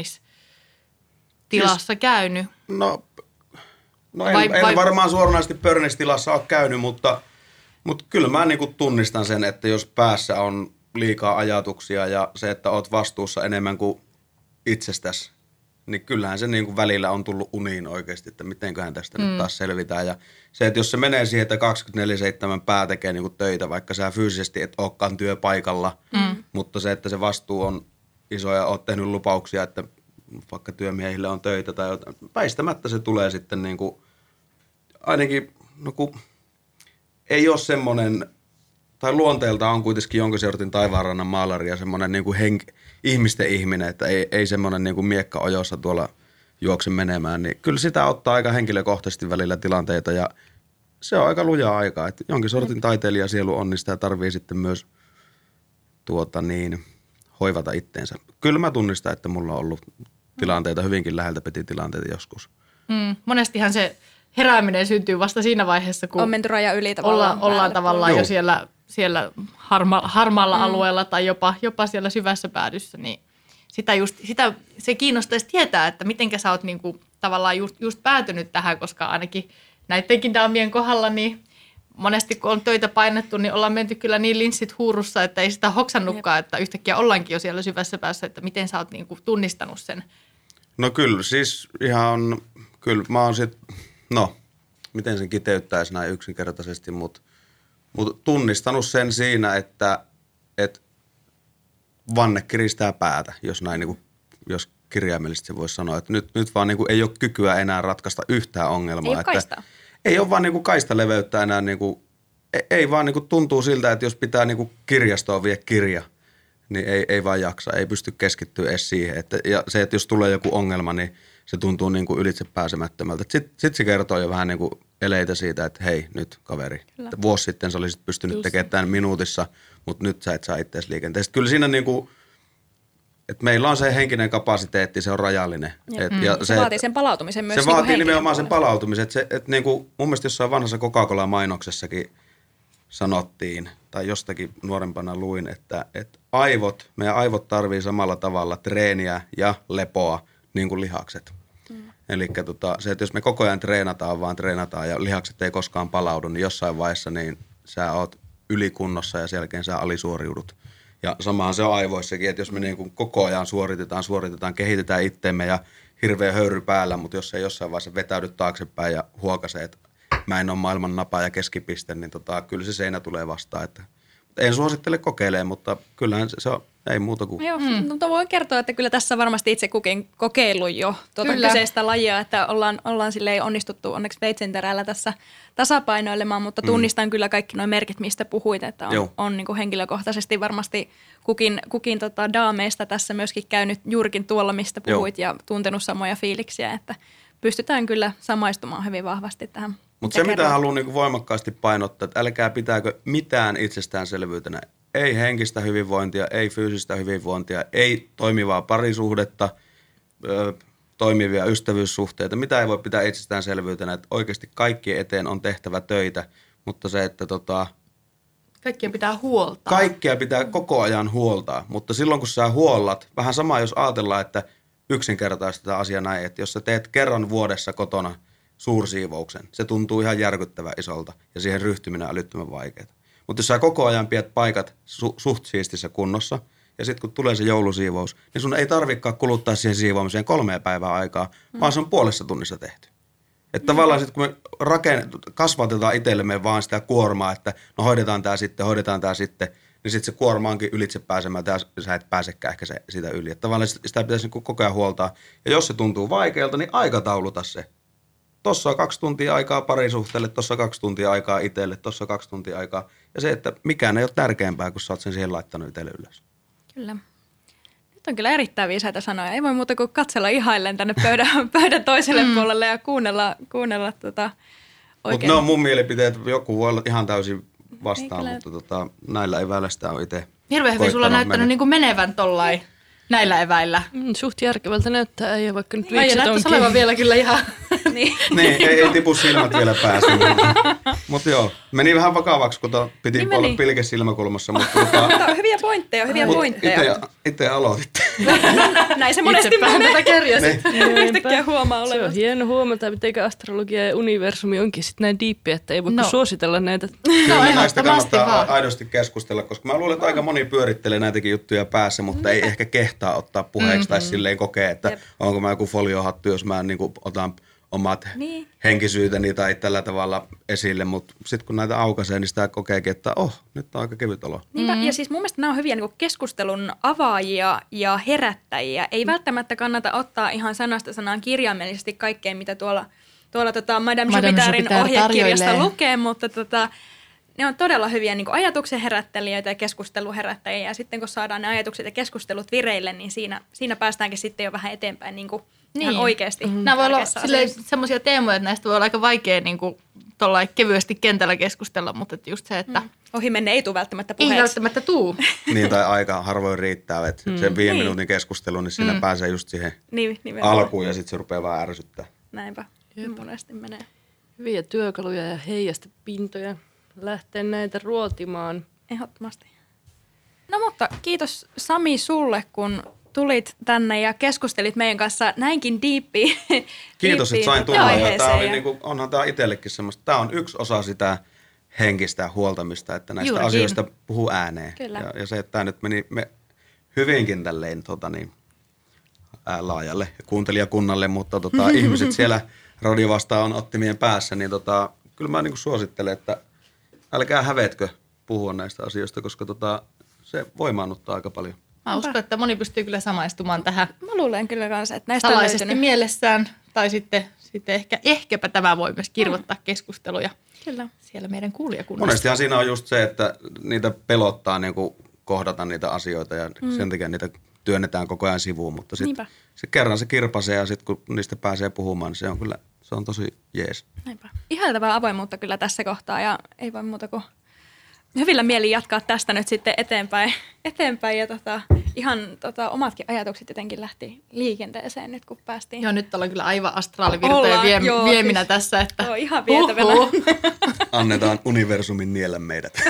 burnis-tilassa siis, käynyt? No, no en, vai, en vai... varmaan suoranaisesti burnis-tilassa ole käynyt, mutta Mutta kyllä mä niinku tunnistan sen, että jos päässä on liikaa ajatuksia ja se, että oot vastuussa enemmän kuin itsestäsi, niin kyllähän se niinku välillä on tullut uniin oikeasti, että mitenköhän tästä mm. nyt taas selvitään. Ja se, että jos se menee siihen, että kaksikymmentäneljä seitsemän pää tekee niinku töitä, vaikka sä fyysisesti et olekaan työpaikalla, mm. mutta se, että se vastuu on iso ja oot tehnyt lupauksia, että vaikka työmiehille on töitä tai jotain, väistämättä se tulee sitten niinku ainakin no kun ei ole semmoinen, tai luonteelta on kuitenkin jonkin sortin taivaanrannan maalari ja semmoinen niin kuin henk, ihmisten ihminen, että ei, ei semmoinen niin kuin miekka ojossa tuolla juokse menemään, niin kyllä sitä ottaa aika henkilökohtaisesti välillä tilanteita ja se on aika lujaa aikaa, että jonkin sortin taiteilija sielu on, niin sitä tarvii sitten myös tuota niin, hoivata itteensä. Kyllä mä tunnistan, että mulla on ollut tilanteita, hyvinkin läheltä piti tilanteita joskus. Mm, monestihan se herääminen syntyy vasta siinä vaiheessa, kun on menty raja yli tavallaan. Olla, ollaan tavallaan Joo. jo siellä, siellä harma, harmaalla mm. alueella tai jopa, jopa siellä syvässä päädyssä, niin sitä just, sitä, se kiinnostaisi tietää, että mitenkä sä oot niinku tavallaan just, just päätynyt tähän, koska ainakin näidenkin daamien kohdalla, niin monesti kun on töitä painettu, niin ollaan menty kyllä niin linssit huurussa, että ei sitä hoksannutkaan, että yhtäkkiä ollaankin jo siellä syvässä päässä, että miten sä oot niinku tunnistanut sen. No kyllä, siis ihan, kyllä mä oon sit, no miten sen kiteyttäisi näin yksinkertaisesti, mutta mut tunnistanut sen siinä, että et vanne kiristää päätä, jos näin niin kuin, jos kirjaimellisesti voisi sanoa, että nyt, nyt vaan niin kuin ei ole kykyä enää ratkaista yhtään ongelmaa. Ei ole että kaistaa. Ei ole vaan niin kuin kaista leveyttä enää, niin kuin, ei, ei vaan niin kuin tuntuu siltä, että jos pitää niin kuin kirjastoon vie kirja, niin ei, ei vaan jaksa, ei pysty keskittyä edes siihen. Että, ja se, että jos tulee joku ongelma, niin se tuntuu niin kuin ylitse pääsemättömältä. Sitten sit se kertoo jo vähän niin kuin eleitä siitä, että hei nyt kaveri, että vuosi sitten sä olisit pystynyt Just. tekemään tämän minuutissa, mutta nyt sä et saa itseäsi liikenteestä. Kyllä siinä niin kuin, että meillä on se henkinen kapasiteetti, se on rajallinen. Ja, et, mm. ja se, se vaatii sen palautumisen myös. Se niin vaatii nimenomaan sen puolella. palautumisen. Että se, et niin kuin, mun mielestä jossain vanhassa Coca-Cola-mainoksessakin sanottiin, tai jostakin nuorempana luin, että, että aivot, meidän aivot tarvii samalla tavalla treeniä ja lepoa niin kuin lihakset. Mm. Eli tota, se, että jos me koko ajan treenataan, vaan treenataan ja lihakset ei koskaan palaudu, niin jossain vaiheessa niin sä oot ylikunnossa ja sen jälkeen sä alisuoriudut. Ja samahan se on aivoissakin, että jos me niin kuin koko ajan suoritetaan, suoritetaan, kehitetään itteemme ja hirveä höyry päällä, mutta jos ei jossain vaiheessa vetäydy taaksepäin ja huokasee, että mä en ole maailman napa ja keskipiste, niin tota, kyllä se seinä tulee vastaan. Että, en suosittele kokeilemaan, mutta kyllähän se, se on, ei muuta kuin. Joo, mm. mutta voin kertoa, että kyllä tässä varmasti itse kukin kokeillut jo tuota Kyllä. kyseistä lajia, että ollaan, ollaan silleen onnistuttu onneksi veitsenterällä tässä tasapainoilemaan, mutta tunnistan mm. kyllä kaikki nuo merkit, mistä puhuit, että on, on niin kuin henkilökohtaisesti varmasti kukin, kukin tota daameista tässä myöskin käynyt juurikin tuolla, mistä puhuit Joo. ja tuntenut samoja fiiliksiä, että pystytään kyllä samaistumaan hyvin vahvasti tähän. Mutta se, mitä haluan niin voimakkaasti painottaa, että älkää pitääkö mitään itsestäänselvyytenä. Ei henkistä hyvinvointia, ei fyysistä hyvinvointia, ei toimivaa parisuhdetta, ö, toimivia ystävyyssuhteita. Mitä ei voi pitää itsestäänselvyytenä, että oikeasti kaikkien eteen on tehtävä töitä, mutta se, että tota, kaikkia pitää huoltaa. Kaikkia pitää koko ajan huoltaa, mutta silloin kun sä huollat, vähän sama jos ajatellaan, että yksinkertaistetaan asia näin, että jos sä teet kerran vuodessa kotona suursiivouksen, se tuntuu ihan järkyttävän isolta ja siihen ryhtyminen on älyttömän vaikeaa. Mutta jos sä koko ajan pidät paikat su- suht siistissä kunnossa ja sitten kun tulee se joulusiivous, niin sun ei tarvikaan kuluttaa siihen siivoamiseen kolmea päivää aikaa, mm. vaan se on puolessa tunnissa tehty. Että mm. tavallaan sitten kun me raken- kasvatetaan itsellemme vaan sitä kuormaa, että no hoidetaan tämä sitten, hoidetaan tämä sitten, niin sitten se kuorma onkin ylitse pääsemään ja sä et pääsekään ehkä se, sitä yli. Että tavallaan sitä pitäisi niin koko ajan huoltaa. Ja jos se tuntuu vaikealta, niin aikatauluta se. Tossa on kaksi tuntia aikaa parisuhteelle, tossa on kaksi tuntia aikaa itselle, tossa on kaksi tuntia aikaa. Ja se, että mikään ei ole tärkeämpää, kun sä oot sen siihen laittanut itselle ylös. Kyllä. Nyt on kyllä erittäin viisaita sanoja. Ei voi muuta kuin katsella ihaillen tänne pöydän, pöydän toiselle mm. puolelle ja kuunnella, kuunnella tota oikein. Mutta ne on mun mielipiteet. Joku voi olla ihan täysin vastaan, ei, mutta tota, näillä eväillä sitä on itse hirveän hyvin sulla on näyttänyt niin kuin menevän tollain näillä eväillä. Mm, suht järkevältä näyttää äijä, vaikka nyt viikset onkin. Äijä näyttäisi olevan vielä kyllä ihan. niin. niin, ei, ei tipu silmät vielä päästä. Mutta joo, meni vähän vakavaksi, kun to, piti niin olla pilke silmäkulmassa. Mutta tota, hyviä pointteja, hyviä mut pointteja. Itse aloititte. Näin se monesti menee. Tätä kerjasit. Yhtäkkiä huomaa olevan. Se on hieno huomata, miten astrologia ja universumi onkin sitten näin diippiä, että ei voi no. suositella näitä. Kyllä no, näistä kannattaa vaan aidosti keskustella, koska mä luulen, että aika moni pyörittelee näitäkin juttuja päässä, mutta ei ehkä kehtaa ottaa puheeksi mm-hmm. tai silleen kokea, että Jep. onko mä joku foliohattu, jos mä niin kuin otan omat niin. henkisyyteni tai tällä tavalla esille, mutta sitten kun näitä aukaisee, niin sitä kokeekin, että oh, nyt on aika kevyt olo. Niinpä, mm. ja siis mun mielestä nämä on hyviä niin kuin keskustelun avaajia ja herättäjiä. Ei mm. välttämättä kannata ottaa ihan sanasta sanaan kirjaimellisesti kaikkeen, mitä tuolla, tuolla tota Madame, Madame Jupiterin ohjekirjasta tarjoilee. Lukee, mutta tota, ne on todella hyviä niin kuin ajatuksen herättelijöitä ja keskusteluherättäjiä. Ja sitten kun saadaan ne ajatukset ja keskustelut vireille, niin siinä, siinä päästäänkin sitten jo vähän eteenpäin niin kuin niin. ihan oikeasti. Mm-hmm. Nämä voi olla semmoisia teemoja, että näistä voi olla aika vaikea niin kuin kevyesti kentällä keskustella, mutta just se, että mm. ohi menne ei tule välttämättä puheeksi. Ei välttämättä tuu. niin, tai aika harvoin riittää, että mm. sen viiden niin. minuutin keskustelu, niin siinä mm. pääsee just siihen niin, alkuun ja sitten se rupeaa vaan ärsyttää. Näinpä, Jep. monesti menee. Hyviä työkaluja ja heijastepintoja. Lähteä näitä ruotimaan. Ehdottomasti. No mutta kiitos Sami sulle, kun tulit tänne ja keskustelit meidän kanssa näinkin diippiin. Kiitos, että sain tulla. Ja tää oli niinku, onhan tämä itsellekin semmoista. Tämä on yksi osa sitä henkistä huoltamista, että näistä Juurikin. asioista puhuu ääneen. Ja, ja se, että tämä nyt meni me hyvinkin tälleen tota niin, ää, laajalle kuuntelijakunnalle, mutta tota, ihmiset siellä Rodi vastaan on ottimien päässä, niin tota, kyllä mä niin kuin suosittelen, että älkää hävetkö puhua näistä asioista, koska tota, se voimaannuttaa aika paljon. Mä uskon, että moni pystyy kyllä samaistumaan tähän Mä luulen kyllä kanssa, että näistä salaisesti on löytynyt. mielessään. Tai sitten, sitten ehkä, ehkäpä tämä voi myös kirvoittaa keskusteluja Kyllä. siellä meidän kuulijakunnassa. Monestihan siinä on just se, että niitä pelottaa niin kuin kohdata niitä asioita ja mm. sen takia niitä työnnetään koko ajan sivuun, mutta sitten se kerran se kirpasee ja sitten kun niistä pääsee puhumaan, niin se on kyllä se on tosi jees. Näinpä. Ihailtavaa avoimuutta kyllä tässä kohtaa ja ei voi muuta kuin hyvillä mieli jatkaa tästä nyt sitten eteenpäin, eteenpäin ja tota, ihan tota, omatkin ajatukset jotenkin lähti liikenteeseen nyt kun päästiin. Joo, nyt ollaan kyllä aivan astraalivirtojen vie, joo, vieminä siis, tässä. Että joo, ihan vietävänä. Annetaan universumin niellä meidät.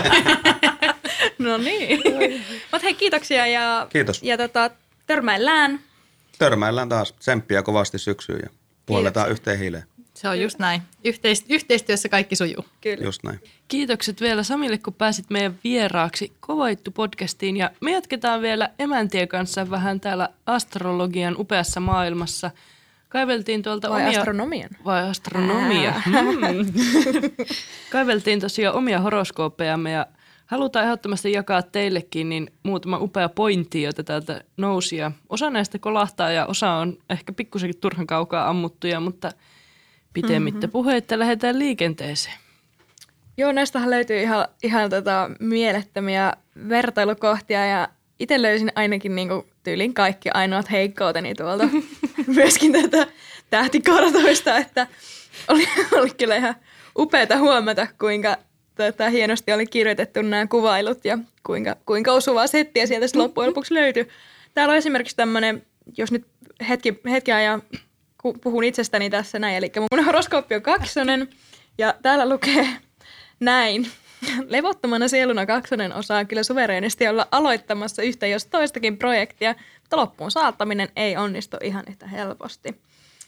No niin. Mutta hei, kiitoksia ja, Kiitos. ja tota, törmäillään. Törmäillään taas tsemppiä kovasti syksyyn ja puolletaan yhteen hiileen. Se on just näin. Yhteis- yhteistyössä kaikki sujuu. Kyllä. Just näin. Kiitokset vielä Samille, kun pääsit meidän vieraaksi Kova Juttu -podcastiin. Ja me jatketaan vielä emäntien kanssa vähän täällä astrologian upeassa maailmassa. Kaiveltiin tuolta Vai omia... astronomian? Vai astronomia. Mm. Kaiveltiin tosiaan omia horoskooppejamme ja halutaan ehdottomasti jakaa teillekin niin muutama upea pointti, joita täältä nousi. Ja osa näistä kolahtaa ja osa on ehkä pikkusenkin turhan kaukaa ammuttuja, mutta pitemmittä puheitta lähdetään liikenteeseen. Joo, näistähän löytyy ihan, ihan tota mielettömiä vertailukohtia ja itse löysin ainakin niinku tyylin kaikki ainoat heikkouteni tuolta myöskin tätä tähtikartoista, että oli, oli kyllä ihan upeata huomata, kuinka tota, hienosti oli kirjoitettu nämä kuvailut ja kuinka, kuinka osuvaa settiä sieltä sitten loppujen lopuksi löytyi. Täällä on esimerkiksi tämmöinen, jos nyt hetki, hetki ajan puhun itsestäni tässä näin, eli mun horoskooppi on kaksonen ja täällä lukee näin. Levottomana sieluna kaksonen osaa kyllä suvereenisti olla aloittamassa yhtä jos toistakin projektia, mutta loppuun saattaminen ei onnistu ihan yhtä helposti.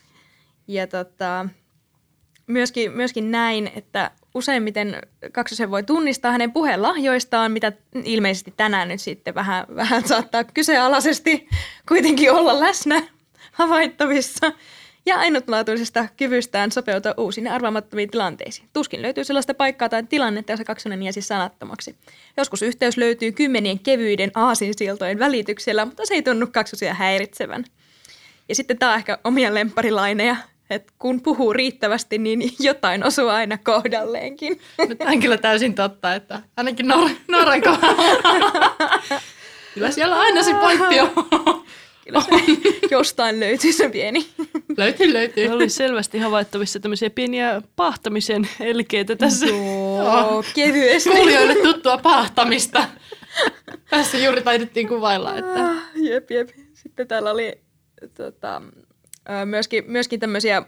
Ja tota, myöskin, myöskin näin, että useimmiten kaksosen voi tunnistaa hänen puhelahjoistaan, mitä ilmeisesti tänään nyt sitten vähän, vähän saattaa kyseenalaisesti kuitenkin olla läsnä havaittavissa. Ja ainutlaatuisesta kyvystään sopeutua uusiin ja arvaamattomiin tilanteisiin. Tuskin löytyy sellaista paikkaa tai tilannetta, jossa kaksonen jäisi sanattomaksi. Joskus yhteys löytyy kymmenien kevyiden aasinsiltojen välityksellä, mutta se ei tunnu kaksosia häiritsevän. Ja sitten tämä on ehkä omia lempparilaineja, että kun puhuu riittävästi, niin jotain osuu aina kohdalleenkin. Tämä on kyllä täysin totta, että ainakin Nooran kohdalla. Kyllä siellä aina se pointti on. Kyllä se jostain löytyy se pieni. Löytyy, löytyy. Oli selvästi havaittavissa tämmöisiä pieniä pahtamisen elkeitä tässä. Joo, kevyesti. Kuulijoille tuttua pahtamista. Tässä juuri taidettiin kuvailla. Että... Ah, jep, jep. Sitten täällä oli tota, myöskin, myöskin tämmöisiä,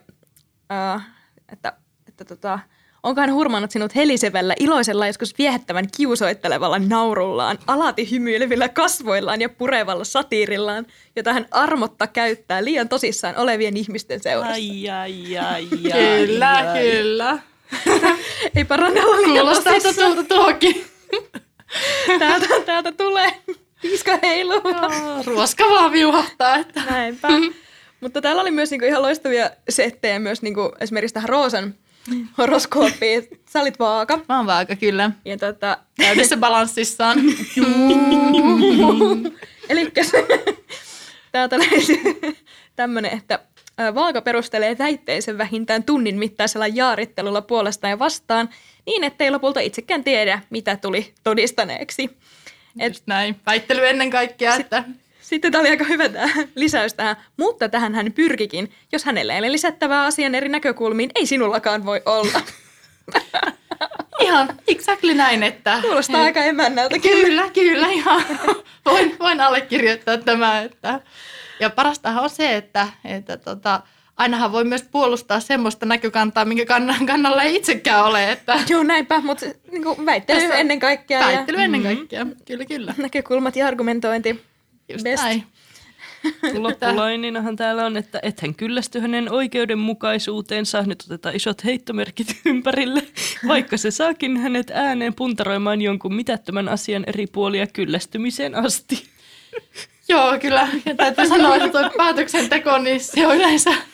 että, että tota, onko hän hurmannut sinut helisevällä, iloisella, joskus viehättävän kiusoittelevalla naurullaan, alati hymyilevillä kasvoillaan ja purevalla satiirillaan, jota hän armotta käyttää liian tosissaan olevien ihmisten seurassa. Ai, ai, ai, Kyllä, ai, kyllä. Ei paranna olla liian Kuulostaa tosissaan. tutulta tuokin. Täältä, täältä tulee. Piiska heiluu. Ruoskavaa viuhahtaa. Että. Näinpä. Mutta täällä oli myös niinku ihan loistavia settejä myös niinku esimerkiksi tähän Roosan horoskooppiin. Sä olit vaaka. Mä oon vaaka, kyllä. Ja tota, Täydessä balanssissaan. elikkäs täältä löytyy tämmönen, että vaaka perustelee väitteensä vähintään tunnin mittaisella jaarittelulla puolestaan ja vastaan niin, ettei lopulta itsekään tiedä, mitä tuli todistaneeksi. Et, Just näin. Väittely ennen kaikkea, että... Sitten tämä oli aika hyvä tämä lisäys tähän, mutta tähän hän pyrkikin. Jos hänellä ei ole lisättävää asian eri näkökulmiin, ei sinullakaan voi olla. Ihan exactly näin, että... Kuulostaa aika emännältä. Kyllä, kyllä, ihan. Voin, voin allekirjoittaa tämä, että... Ja parastahan on se, että, että tota, ainahan voi myös puolustaa semmoista näkökantaa, minkä kannalla ei itsekään ole, että... Joo, näinpä, mutta niin väittely Tässä- ennen kaikkea. Väittely ja ennen kaikkea, kyllä, kyllä. näkökulmat ja argumentointi. Just Best. näin. Loppulaininahan täällä on, että ethän kyllästy hänen oikeudenmukaisuuteensa. Nyt otetaan isot heittomerkit ympärille, vaikka se saakin hänet ääneen puntaroimaan jonkun mitättömän asian eri puolia kyllästymiseen asti. Joo, kyllä. Ja täytyy sanoa, että tuo päätöksenteko, niin se on yleensä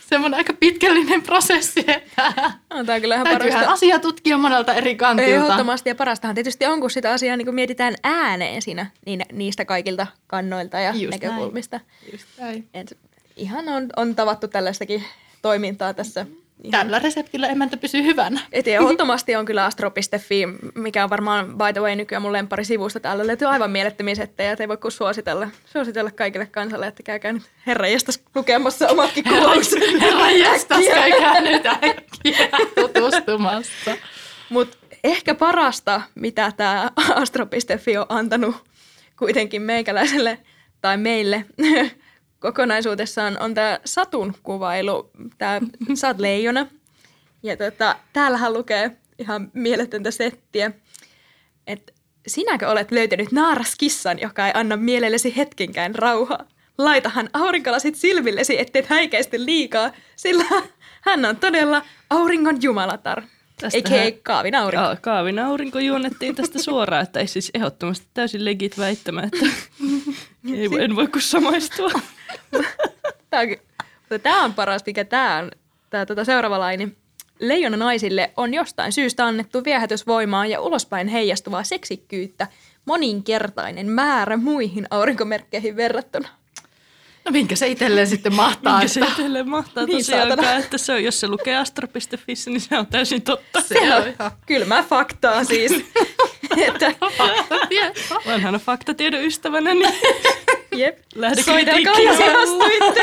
semmoinen aika pitkällinen prosessi, että No, tämä on kyllä ihan täytyyhän parasta. asiaa tutkia monelta eri kantilta. Ehdottomasti ja parastahan tietysti on, kun sitä asiaa niin kun mietitään ääneen siinä niin, niistä kaikilta kannoilta ja Just näkökulmista. Just näin. Et ihan on, on tavattu tällaistakin toimintaa tässä. Tällä reseptillä emäntä pysyy hyvänä. Et ehdottomasti on kyllä astro piste fi, mikä on varmaan by the way nykyään mun lemparisivusta. Täällä löytyy aivan mielettömiä settejä, et ei voi kuin suositella, suositella kaikille kansalle, että käykää nyt herranjestas lukemassa omatkin kuvaukset. Herranjestas, käykää nyt äkkiä tutustumassa. Mutta ehkä parasta, mitä tämä astro piste fi on antanut kuitenkin meikäläiselle tai meille kokonaisuudessaan, on tämä satun kuvailu. Tämä sä oot leijona. Ja tota, täällähän lukee ihan mieletöntä settiä, että sinäkö olet löytänyt naaraskissan, joka ei anna mielellesi hetkenkään rauhaa. Laitahan aurinkolasit silmillesi, etteet häikäisty liikaa, sillä hän on todella auringon jumalatar. Eikä kaavin aurinko. Aa, kaavin aurinko juonnettiin tästä suoraan, että ei siis ehdottomasti täysin legit väittämä, että ei, en voi kuin samaistua. Tämä on, mutta tämä on paras, mikä tämä on. Tämä tuota seuraava laini. Leijona naisille on jostain syystä annettu viehätysvoimaa ja ulospäin heijastuvaa seksikkyyttä moninkertainen määrä muihin aurinkomerkkeihin verrattuna. No minkä se itselleen sitten mahtaa? Minkä että... se itselleen mahtaa Niin, tosiaankaan, saatana. että se on, jos se lukee astro piste fi, niin se on täysin totta. Se on ihan Kylmää faktaa siis. että, faktatieto. Vanhana faktatiedon ystävänä, niin jep. lähde Soitelkaa, kritiikkiin. jos ihastuitte.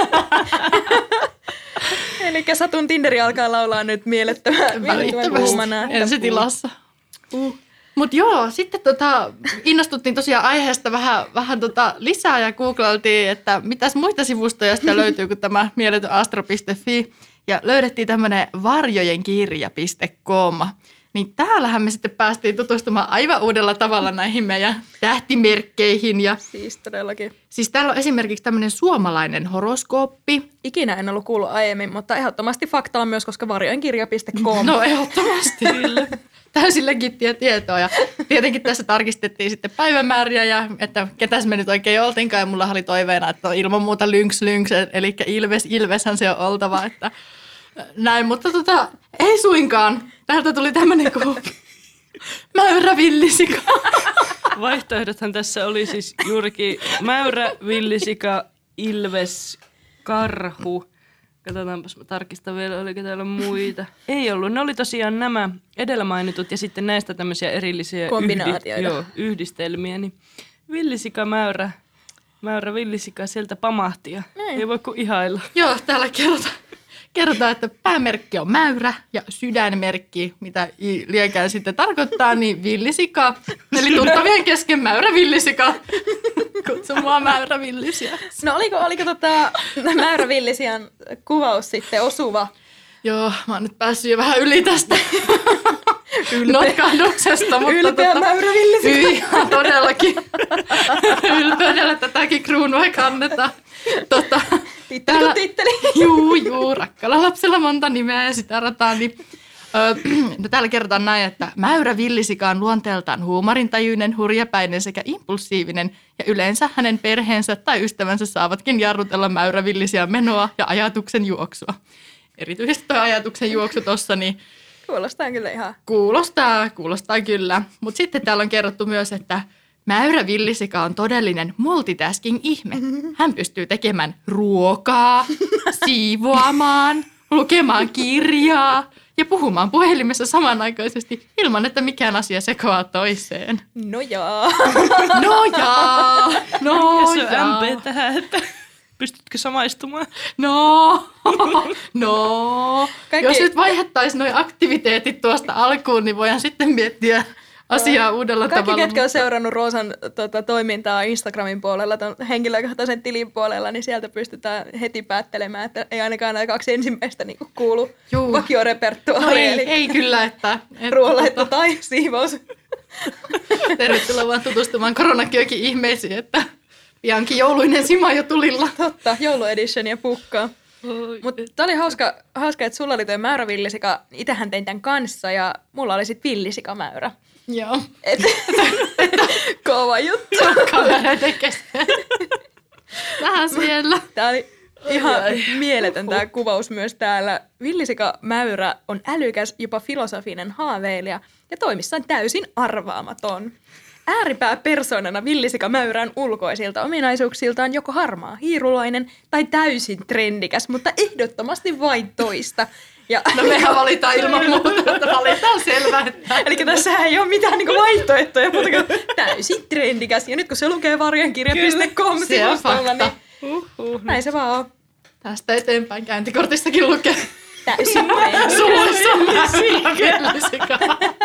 Eli Satun Tinderi alkaa laulaa nyt mielettömän, mielettömän kuumana. Ensitilassa. Uh. Mutta joo, sitten tota, innostuttiin tosiaan aiheesta vähän, vähän tota lisää ja googlailtiin, että mitäs muita sivustoja sitä löytyy kuin tämä mieletön astro piste fi. Ja löydettiin tämmöinen varjojenkirja piste com. Niin täällähän me sitten päästiin tutustumaan aivan uudella tavalla näihin meidän tähtimerkkeihin. Ja Siis todellakin. siis täällä on esimerkiksi tämmöinen suomalainen horoskooppi. Ikinä en ollut kuullut aiemmin, mutta ehdottomasti fakta on myös, koska varjojenkirja piste com. No ehdottomasti. Kyllä. Täysin legittiä tietoa. Ja tietenkin tässä tarkistettiin sitten päivämääriä ja että ketäs me nyt oikein oltiinkaan. Ja mulla oli toiveena, että on ilman muuta lynx lynx, eli Ilves, Ilveshän se on oltava. Että näin, mutta tota, ei suinkaan. Täältä tuli tämmöinen kuin mäyrä villisika. Vaihtoehdothan tässä oli siis juurikin mäyrä, villisika, ilves, karhu. Katsotaanpas, mä tarkistan vielä, oliko täällä muita. Ei ollut. Ne oli tosiaan nämä edellä mainitut ja sitten näistä tämmöisiä erillisiä Kombinaatioita. Yhdi, joo, yhdistelmiä. Niin villisika, mäyrä, mäyrä, villisika, sieltä pamahti ja Näin. ei voi kuin ihailla. Joo, täällä kerrotaan, kerrotaan, että päämerkki on mäyrä ja sydänmerkki, mitä i- liekään sitten tarkoittaa, niin villisika. Eli tuttavien kesken mäyrä villisika. Kutsu mua mäyrä villisiä. No oliko, oliko tota Mäyrä Villisian kuvaus sitten osuva? Joo, mä oon nyt päässyt jo vähän yli tästä notkahduksesta. Mutta Ylpeä Mäyrä Villisika. Ihan todellakin. Ylpeydellä tätäkin kruunua kannetaan. Tota, Titteli kuin titteli. Juu, juu, rakkalla lapsella monta nimeä ja sitä rataa. Niin, öö, no täällä kerrotaan näin, että mäyrä villisika on luonteeltaan huumorintajuinen, hurjapäinen sekä impulsiivinen ja yleensä hänen perheensä tai ystävänsä saavatkin jarrutella mäyrävillisiä menoa ja ajatuksen juoksua. Erityisesti tuo ajatuksen juoksu tuossa, niin Kuulostaa kyllä ihan. kuulostaa, kuulostaa kyllä. Mutta sitten täällä on kerrottu myös, että mäyrä villisika on todellinen multitasking-ihme. Hän pystyy tekemään ruokaa, siivoamaan, lukemaan kirjaa ja puhumaan puhelimessa samanaikaisesti ilman, että mikään asia sekoaa toiseen. No jaa. No jaa, no Ja se on jaa. M P tähän, että pystytkö samaistumaan? No, no. Kaikki- Jos nyt vaihdettaisiin nuo aktiviteetit tuosta alkuun, niin voidaan sitten miettiä asiaa uudella Kaikki, tavalla. ketkä on seurannut Roosan tota, toimintaa Instagramin puolella, ton henkilökohtaisen tilin puolella, niin sieltä pystytään heti päättelemään, että ei ainakaan nämä kaksi ensimmäistä niin kuulu Juu. vakiorepertuaariin. No ei, eli ei kyllä, että... että ruoanlaitto tai siivous. tervetuloa vaan tutustumaan koronakyökin ihmeisiin, että piankin jouluinen sima jo tulilla. Totta, jouluedition ja pukkaa. Mutta tämä oli hauska, hauska, että sulla oli tuo mäyrävillisika. Itähän tein tämän kanssa ja mulla oli sitten villisikamäyrä. Joo. Et, kova juttu. Kavereiden kesken. Vähän siellä. Tämä oli Ihan mieletön tämä kuvaus myös täällä. Villisika Mäyrä on älykäs, jopa filosofinen haaveilija ja toimissaan täysin arvaamaton. Ääripää persoonana Villisika Mäyrä on ulkoisilta ominaisuuksiltaan joko harmaa, hiirulainen tai täysin trendikäs, mutta ehdottomasti vain toista. Ja no mehän valitaan ilman muuta, että valitaan selvä. Että... Eli tässä ei ole mitään niinku vaihtoehtoja, mutta täysin trendikäs. Ja nyt kun se lukee varjankirja piste com-sivustolla, niin uhuh, näin se vaan on. Tästä eteenpäin käyntikortistakin lukee. Täysin trendikäs. Suussa Villisika.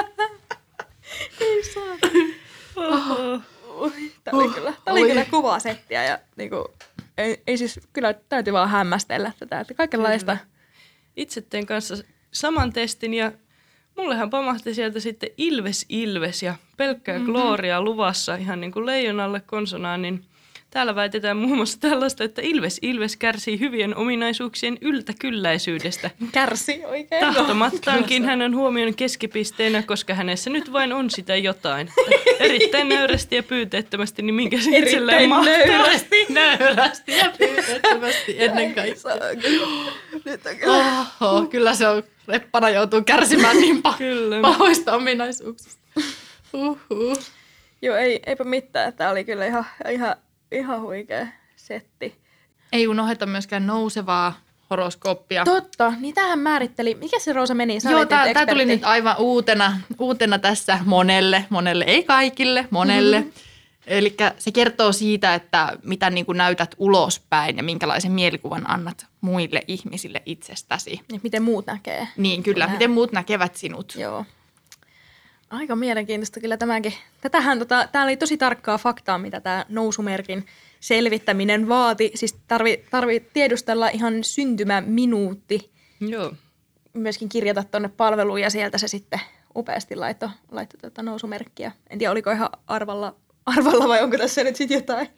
Ei saa. Oho. Tämä oli kyllä, tämä oli kyllä kovaa settiä ja niinku, ei, ei siis kyllä täytyy vaan hämmästellä tätä, että kaikenlaista. Itse tein kanssa saman testin ja mullehan pamahti sieltä sitten Ilves Ilves ja pelkkää mm-hmm. gloriaa luvassa ihan niin kuin leijonalle konsonaan, niin täällä väitetään muun muassa tällaista, että Ilves Ilves kärsii hyvien ominaisuuksien yltäkylläisyydestä. Kärsii oikein. Tahtomattaankin hän on huomion keskipisteenä, koska hänessä nyt vain on sitä jotain. Erittäin nöyrästi ja pyyteettömästi, niin minkä se itselleen mahtaa. Nöyrästi, nöyrästi ja pyyteettömästi ennen kaikkea. Nyt on kyllä. Oho, kyllä se on, reppana joutuu kärsimään niin pah- pahoista ominaisuuksista. Uhuh. Joo, ei, eipä mitään. Tämä oli kyllä ihan, ihan, ihan huikea setti. Ei unohdeta myöskään nousevaa horoskooppia. Totta, niin tämähän määritteli. Mikä se Roosa meni? Sä Joo, tämä tää tuli nyt aivan uutena, uutena tässä monelle, monelle, ei kaikille, monelle. Mm-hmm. Eli se kertoo siitä, että mitä niin kuin näytät ulospäin ja minkälaisen mielikuvan annat muille ihmisille itsestäsi. Ja miten muut näkee. Niin, kyllä. Nää. Miten muut näkevät sinut. Joo. Aika mielenkiintoista kyllä tämäkin. Tätähän, tota, täällä oli tosi tarkkaa faktaa, mitä tämä nousumerkin selvittäminen vaati. Siis tarvi, tarvi tiedustella ihan syntymäminuutti. Joo. Myöskin kirjata tuonne palveluun ja sieltä se sitten upeasti laittoi, laittoi tuota nousumerkkiä. En tiedä, oliko ihan arvalla, arvalla vai onko tässä nyt sitten jotain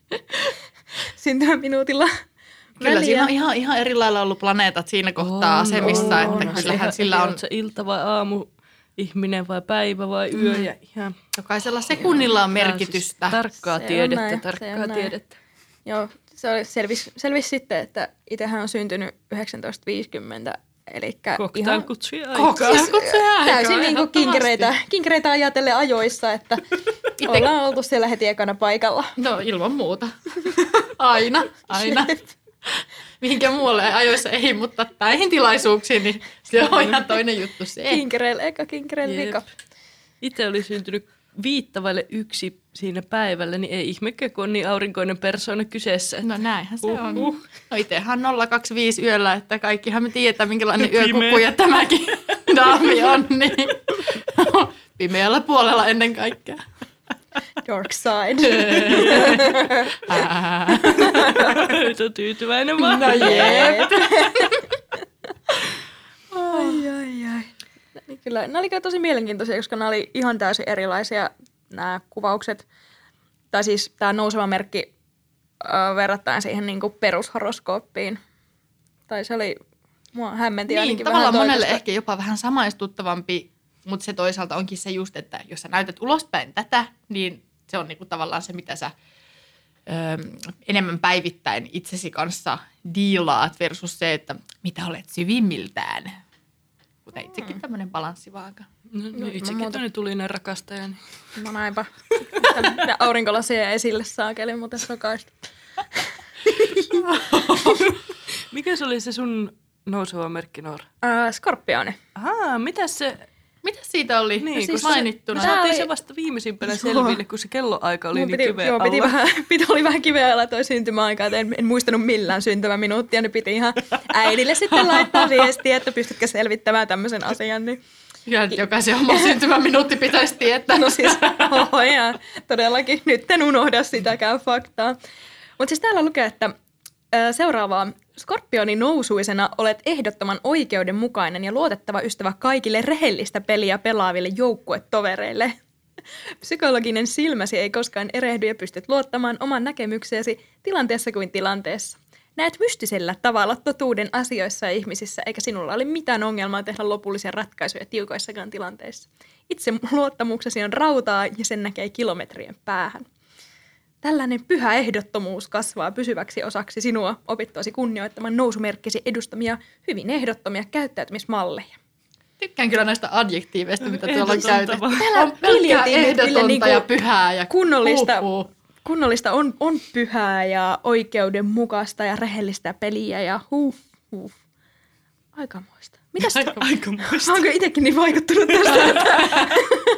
syntymäminuutilla. Kyllä väliä. Siinä on ihan, ihan eri lailla ollut planeetat siinä kohtaa asemissa, että on, kyllähän sillä on... Se ilta vai aamu, ihminen vai päivä vai yö mm. ja ihan... Jokaisella sekunnilla on merkitystä. Tarkkaa se tiedettä, näin, tarkkaa tiedettä. Joo, se selvisi selvis sitten, että itsehän on syntynyt yhdeksäntoista viisikymmentä, eli ihan... kutsuja aikaa. aikaa. Täysin niin kuin kinkereitä, kinkereitä ajatellen ajoissa, että Ite... ollaan oltu siellä heti ekana paikalla. No ilman muuta. Aina, aina. Mihinkään muualle ajoissa ei, mutta näihin tilaisuuksiin, niin se on ihan toinen juttu se. Kinkereillä, eka kinkereillä vika. Itse oli syntynyt viittavaille yksi siinä päivällä, niin ei ihmekään, kun on niin aurinkoinen persoona kyseessä. No näinhän se uh, on. Uh. No itsehän nolla kaksikymmentäviisi yöllä, että kaikkihan me tiedetään, minkälainen yökukkuja tämäkin daami on. Niin. Pimeällä puolella ennen kaikkea. Dark side. Se on tyytyväinen vaan. No jep. ai, ai, ai. Kyllä, nämä oli kyllä tosi mielenkiintoisia, koska nämä oli ihan täysin erilaisia nämä kuvaukset. Tai siis tämä nouseva merkki äh, verrattain siihen niin kuin perushoroskooppiin. Tai se oli, mua hämmenti niin, ainakin tavallaan vähän monelle toikosta. ehkä jopa vähän samaistuttavampi, mutta se toisaalta onkin se just, että jos sä näytät ulospäin tätä, niin se on niinku tavallaan se, mitä sä ö, enemmän päivittäin itsesi kanssa diilaat versus se, että mitä olet syvimmiltään. Kuten itsekin tämmöinen balanssivaaka. No, no itsekin no, toinen tulinen rakastaja. Niin. No näinpä. Ja aurinkolasia esille saakeli, mutta sokaista. Mikä se oli se sun nouseva merkki, Noora? Äh, Skorpioni. Ahaa, mitä se... Mitä siitä oli Niin, siis kun mainittuna? Me saatiin oli... se vasta viimeisimpänä selville, kun se kelloaika oli Mun niin piti, kiveä joo, alla. piti vähän, piti, oli vähän kiveä alla toi syntymäaika, että en, en muistanut millään syntymäminuuttia, niin piti ihan äidille sitten laittaa viestiä, että pystytkö selvittämään tämmöisen asian. Niin... Ja jokaisen oma syntymäminuutti pitäisi tietää. No siis, oho, ja todellakin, nyt en unohda sitäkään faktaa. Mutta siis täällä lukee, että ö, seuraavaa. Skorpionin nousuisena olet ehdottoman oikeudenmukainen ja luotettava ystävä kaikille rehellistä peliä pelaaville joukkuetovereille. Psykologinen silmäsi ei koskaan erehdy ja pystyt luottamaan oman näkemykseesi tilanteessa kuin tilanteessa. Näet mystisellä tavalla totuuden asioissa ja ihmisissä, eikä sinulla ole mitään ongelmaa tehdä lopullisia ratkaisuja tiukoissakaan tilanteissa. Itse luottamuksesi on rautaa ja sen näkee kilometrien päähän. tällainen pyhä ehdottomuus kasvaa pysyväksi osaksi sinua opittuasi kunnioittamaan nousumerkkisi edustamia hyvin ehdottomia käyttäytymismalleja. Tykkään kyllä näistä adjektiiveista, mitä tuolla on käytetty. Täällä On pelkkää viljeltiin nyt ehdotonta kyllä niinku ja pyhää ja kunnollista, huuhuu. kunnollista on, on pyhää ja oikeudenmukaista ja rehellistä peliä ja huh, huh. Aikamoista. Mitäs? Aikamoista. Onko itsekin niin vaikuttunut tästä?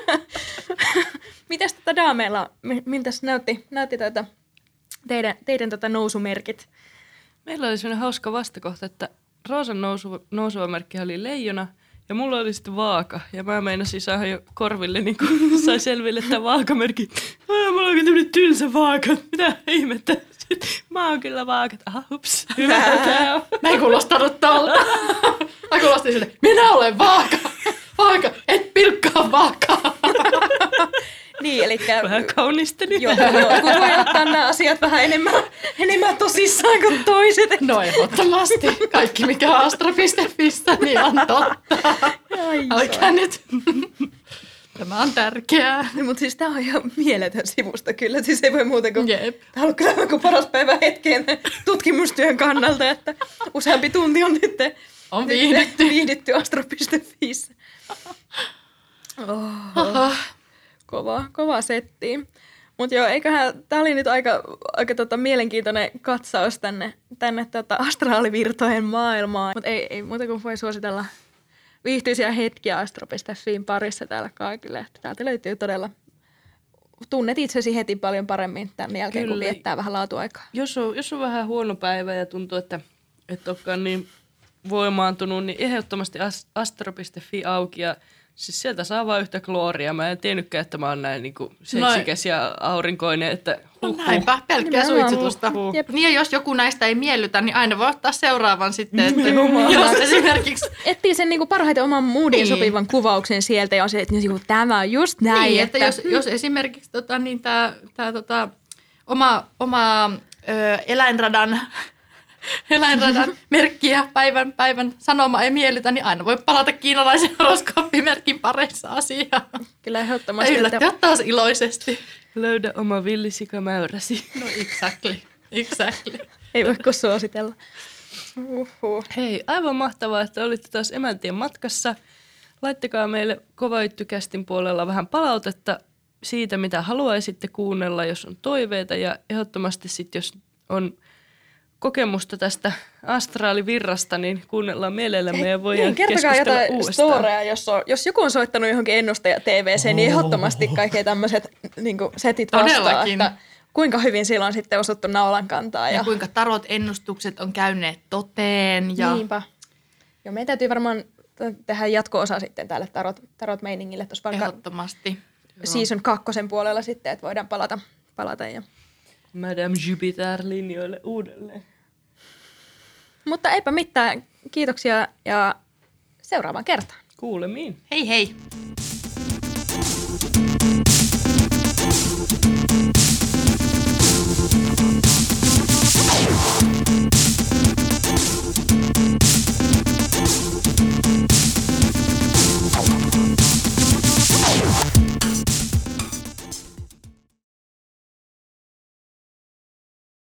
Mitäs tätä daameilla, miltäs näytti, näytti tätä teidän, teidän tätä nousumerkit? Meillä oli sellainen hauska vastakohta, että Roosan nousu, nousuva merkki oli leijona ja mulla oli sitten vaaka. Ja mä meinasin saada jo korville, niin kun sai selville tämä vaakamerkki. Ai, mulla onkin tämmöinen tylsä vaaka. Mitä ihmettä? Sitten, mä oon kyllä vaaka. Aha, hups. Hyvä tää on. Mä en kuulostanut tolta. Mä kuulostin sille, minä olen vaaka. Vaaka, et pilkkaa vaakaa. Niin, eli Vähän kaunistelin. joo, kun voi ottaa nämä asiat vähän enemmän, enemmän tosissaan kuin toiset. No ehdottomasti. Kaikki mikä on astro piste fissä, niin on totta. Ai, Älkää nyt. Tämä on tärkeää. mutta siis tämä on ihan mieletön sivusta kyllä. Siis ei voi muuta kuin... Jep. Tämä on ollut kyllä kuin paras päivä hetkeen tutkimustyön kannalta, että useampi tunti on nyt, On nyt viihdytty. viihdytty astro piste fissä. Oh, Oho. kova, kova setti. Mutta joo, eiköhän, tämä oli nyt aika, aika tota, mielenkiintoinen katsaus tänne, tänne tota, astraalivirtojen maailmaan. Mutta ei, ei muuta kuin voi suositella viihtyisiä hetkiä astro piste fin parissa täällä kaikille. Että täältä löytyy todella, tunnet itsesi heti paljon paremmin tämän jälkeen, Kyllä. kun viettää vähän laatuaikaa. Jos on, jos on vähän huono päivä ja tuntuu, että et olekaan niin voimaantunut, niin ehdottomasti astro piste fi auki ja siis sieltä saa vaan yhtä klooria. Mä en tiennytkään, että mä oon näin niinku seksikäs ja aurinkoinen, että No huh, huh. näinpä, pelkkää Nimenomaan. suitsutusta. Huh, huh. Jep. Niin ja jos joku näistä ei miellytä, niin aina voi ottaa seuraavan sitten. Että Nimenomaan. jos esimerkiksi Etsii sen niinku parhaiten oman moodiin Niin. sopivan kuvauksen sieltä ja on se, että niinku, tämä on just näin. niin, että, jos, jos esimerkiksi tota, niin tää, tää, tota, oma, oma ö, eläinradan, eläinradan merkkiä päivän, päivän sanoma ei miellytä, niin aina voi palata kiinalaisen horoskooppimerkin pareissa asiaan. Kyllä Ja ehdottomasti. yllättää taas iloisesti. Löydä oma villisikamäyräsi. No exactly, exactly. Ei voi kuin suositella. Uhuh. Hei, aivan mahtavaa, että olitte taas emäntien matkassa. Laittakaa meille Kova Juttu-kästin puolella vähän palautetta siitä, mitä haluaisitte kuunnella, jos on toiveita. Ja ehdottomasti sitten, jos on kokemusta tästä astraalivirrasta, niin kuunnellaan mielellämme ja voidaan Niin, kertokaa keskustella jotain uudestaan. storeja, jos, on, jos joku on soittanut johonkin ennustaja T V-seen, niin ehdottomasti kaikki tämmöiset niin setit vastaan, Todellakin. että kuinka hyvin sillä on sitten osuttu naulan kantaa. Ja, Ja, kuinka tarot-ennustukset on käyneet toteen. Ja Niinpä. Ja meidän täytyy varmaan tehdä jatko-osa sitten tälle tarot, tarot-meiningille tuossa vaikka ehdottomasti. season kakkosen puolella sitten, että voidaan palata. palata ja. Madame Jupiter linjoille uudelleen. Mutta eipä mitään. Kiitoksia ja seuraavaan kertaan. Kuulemiin. Hei hei!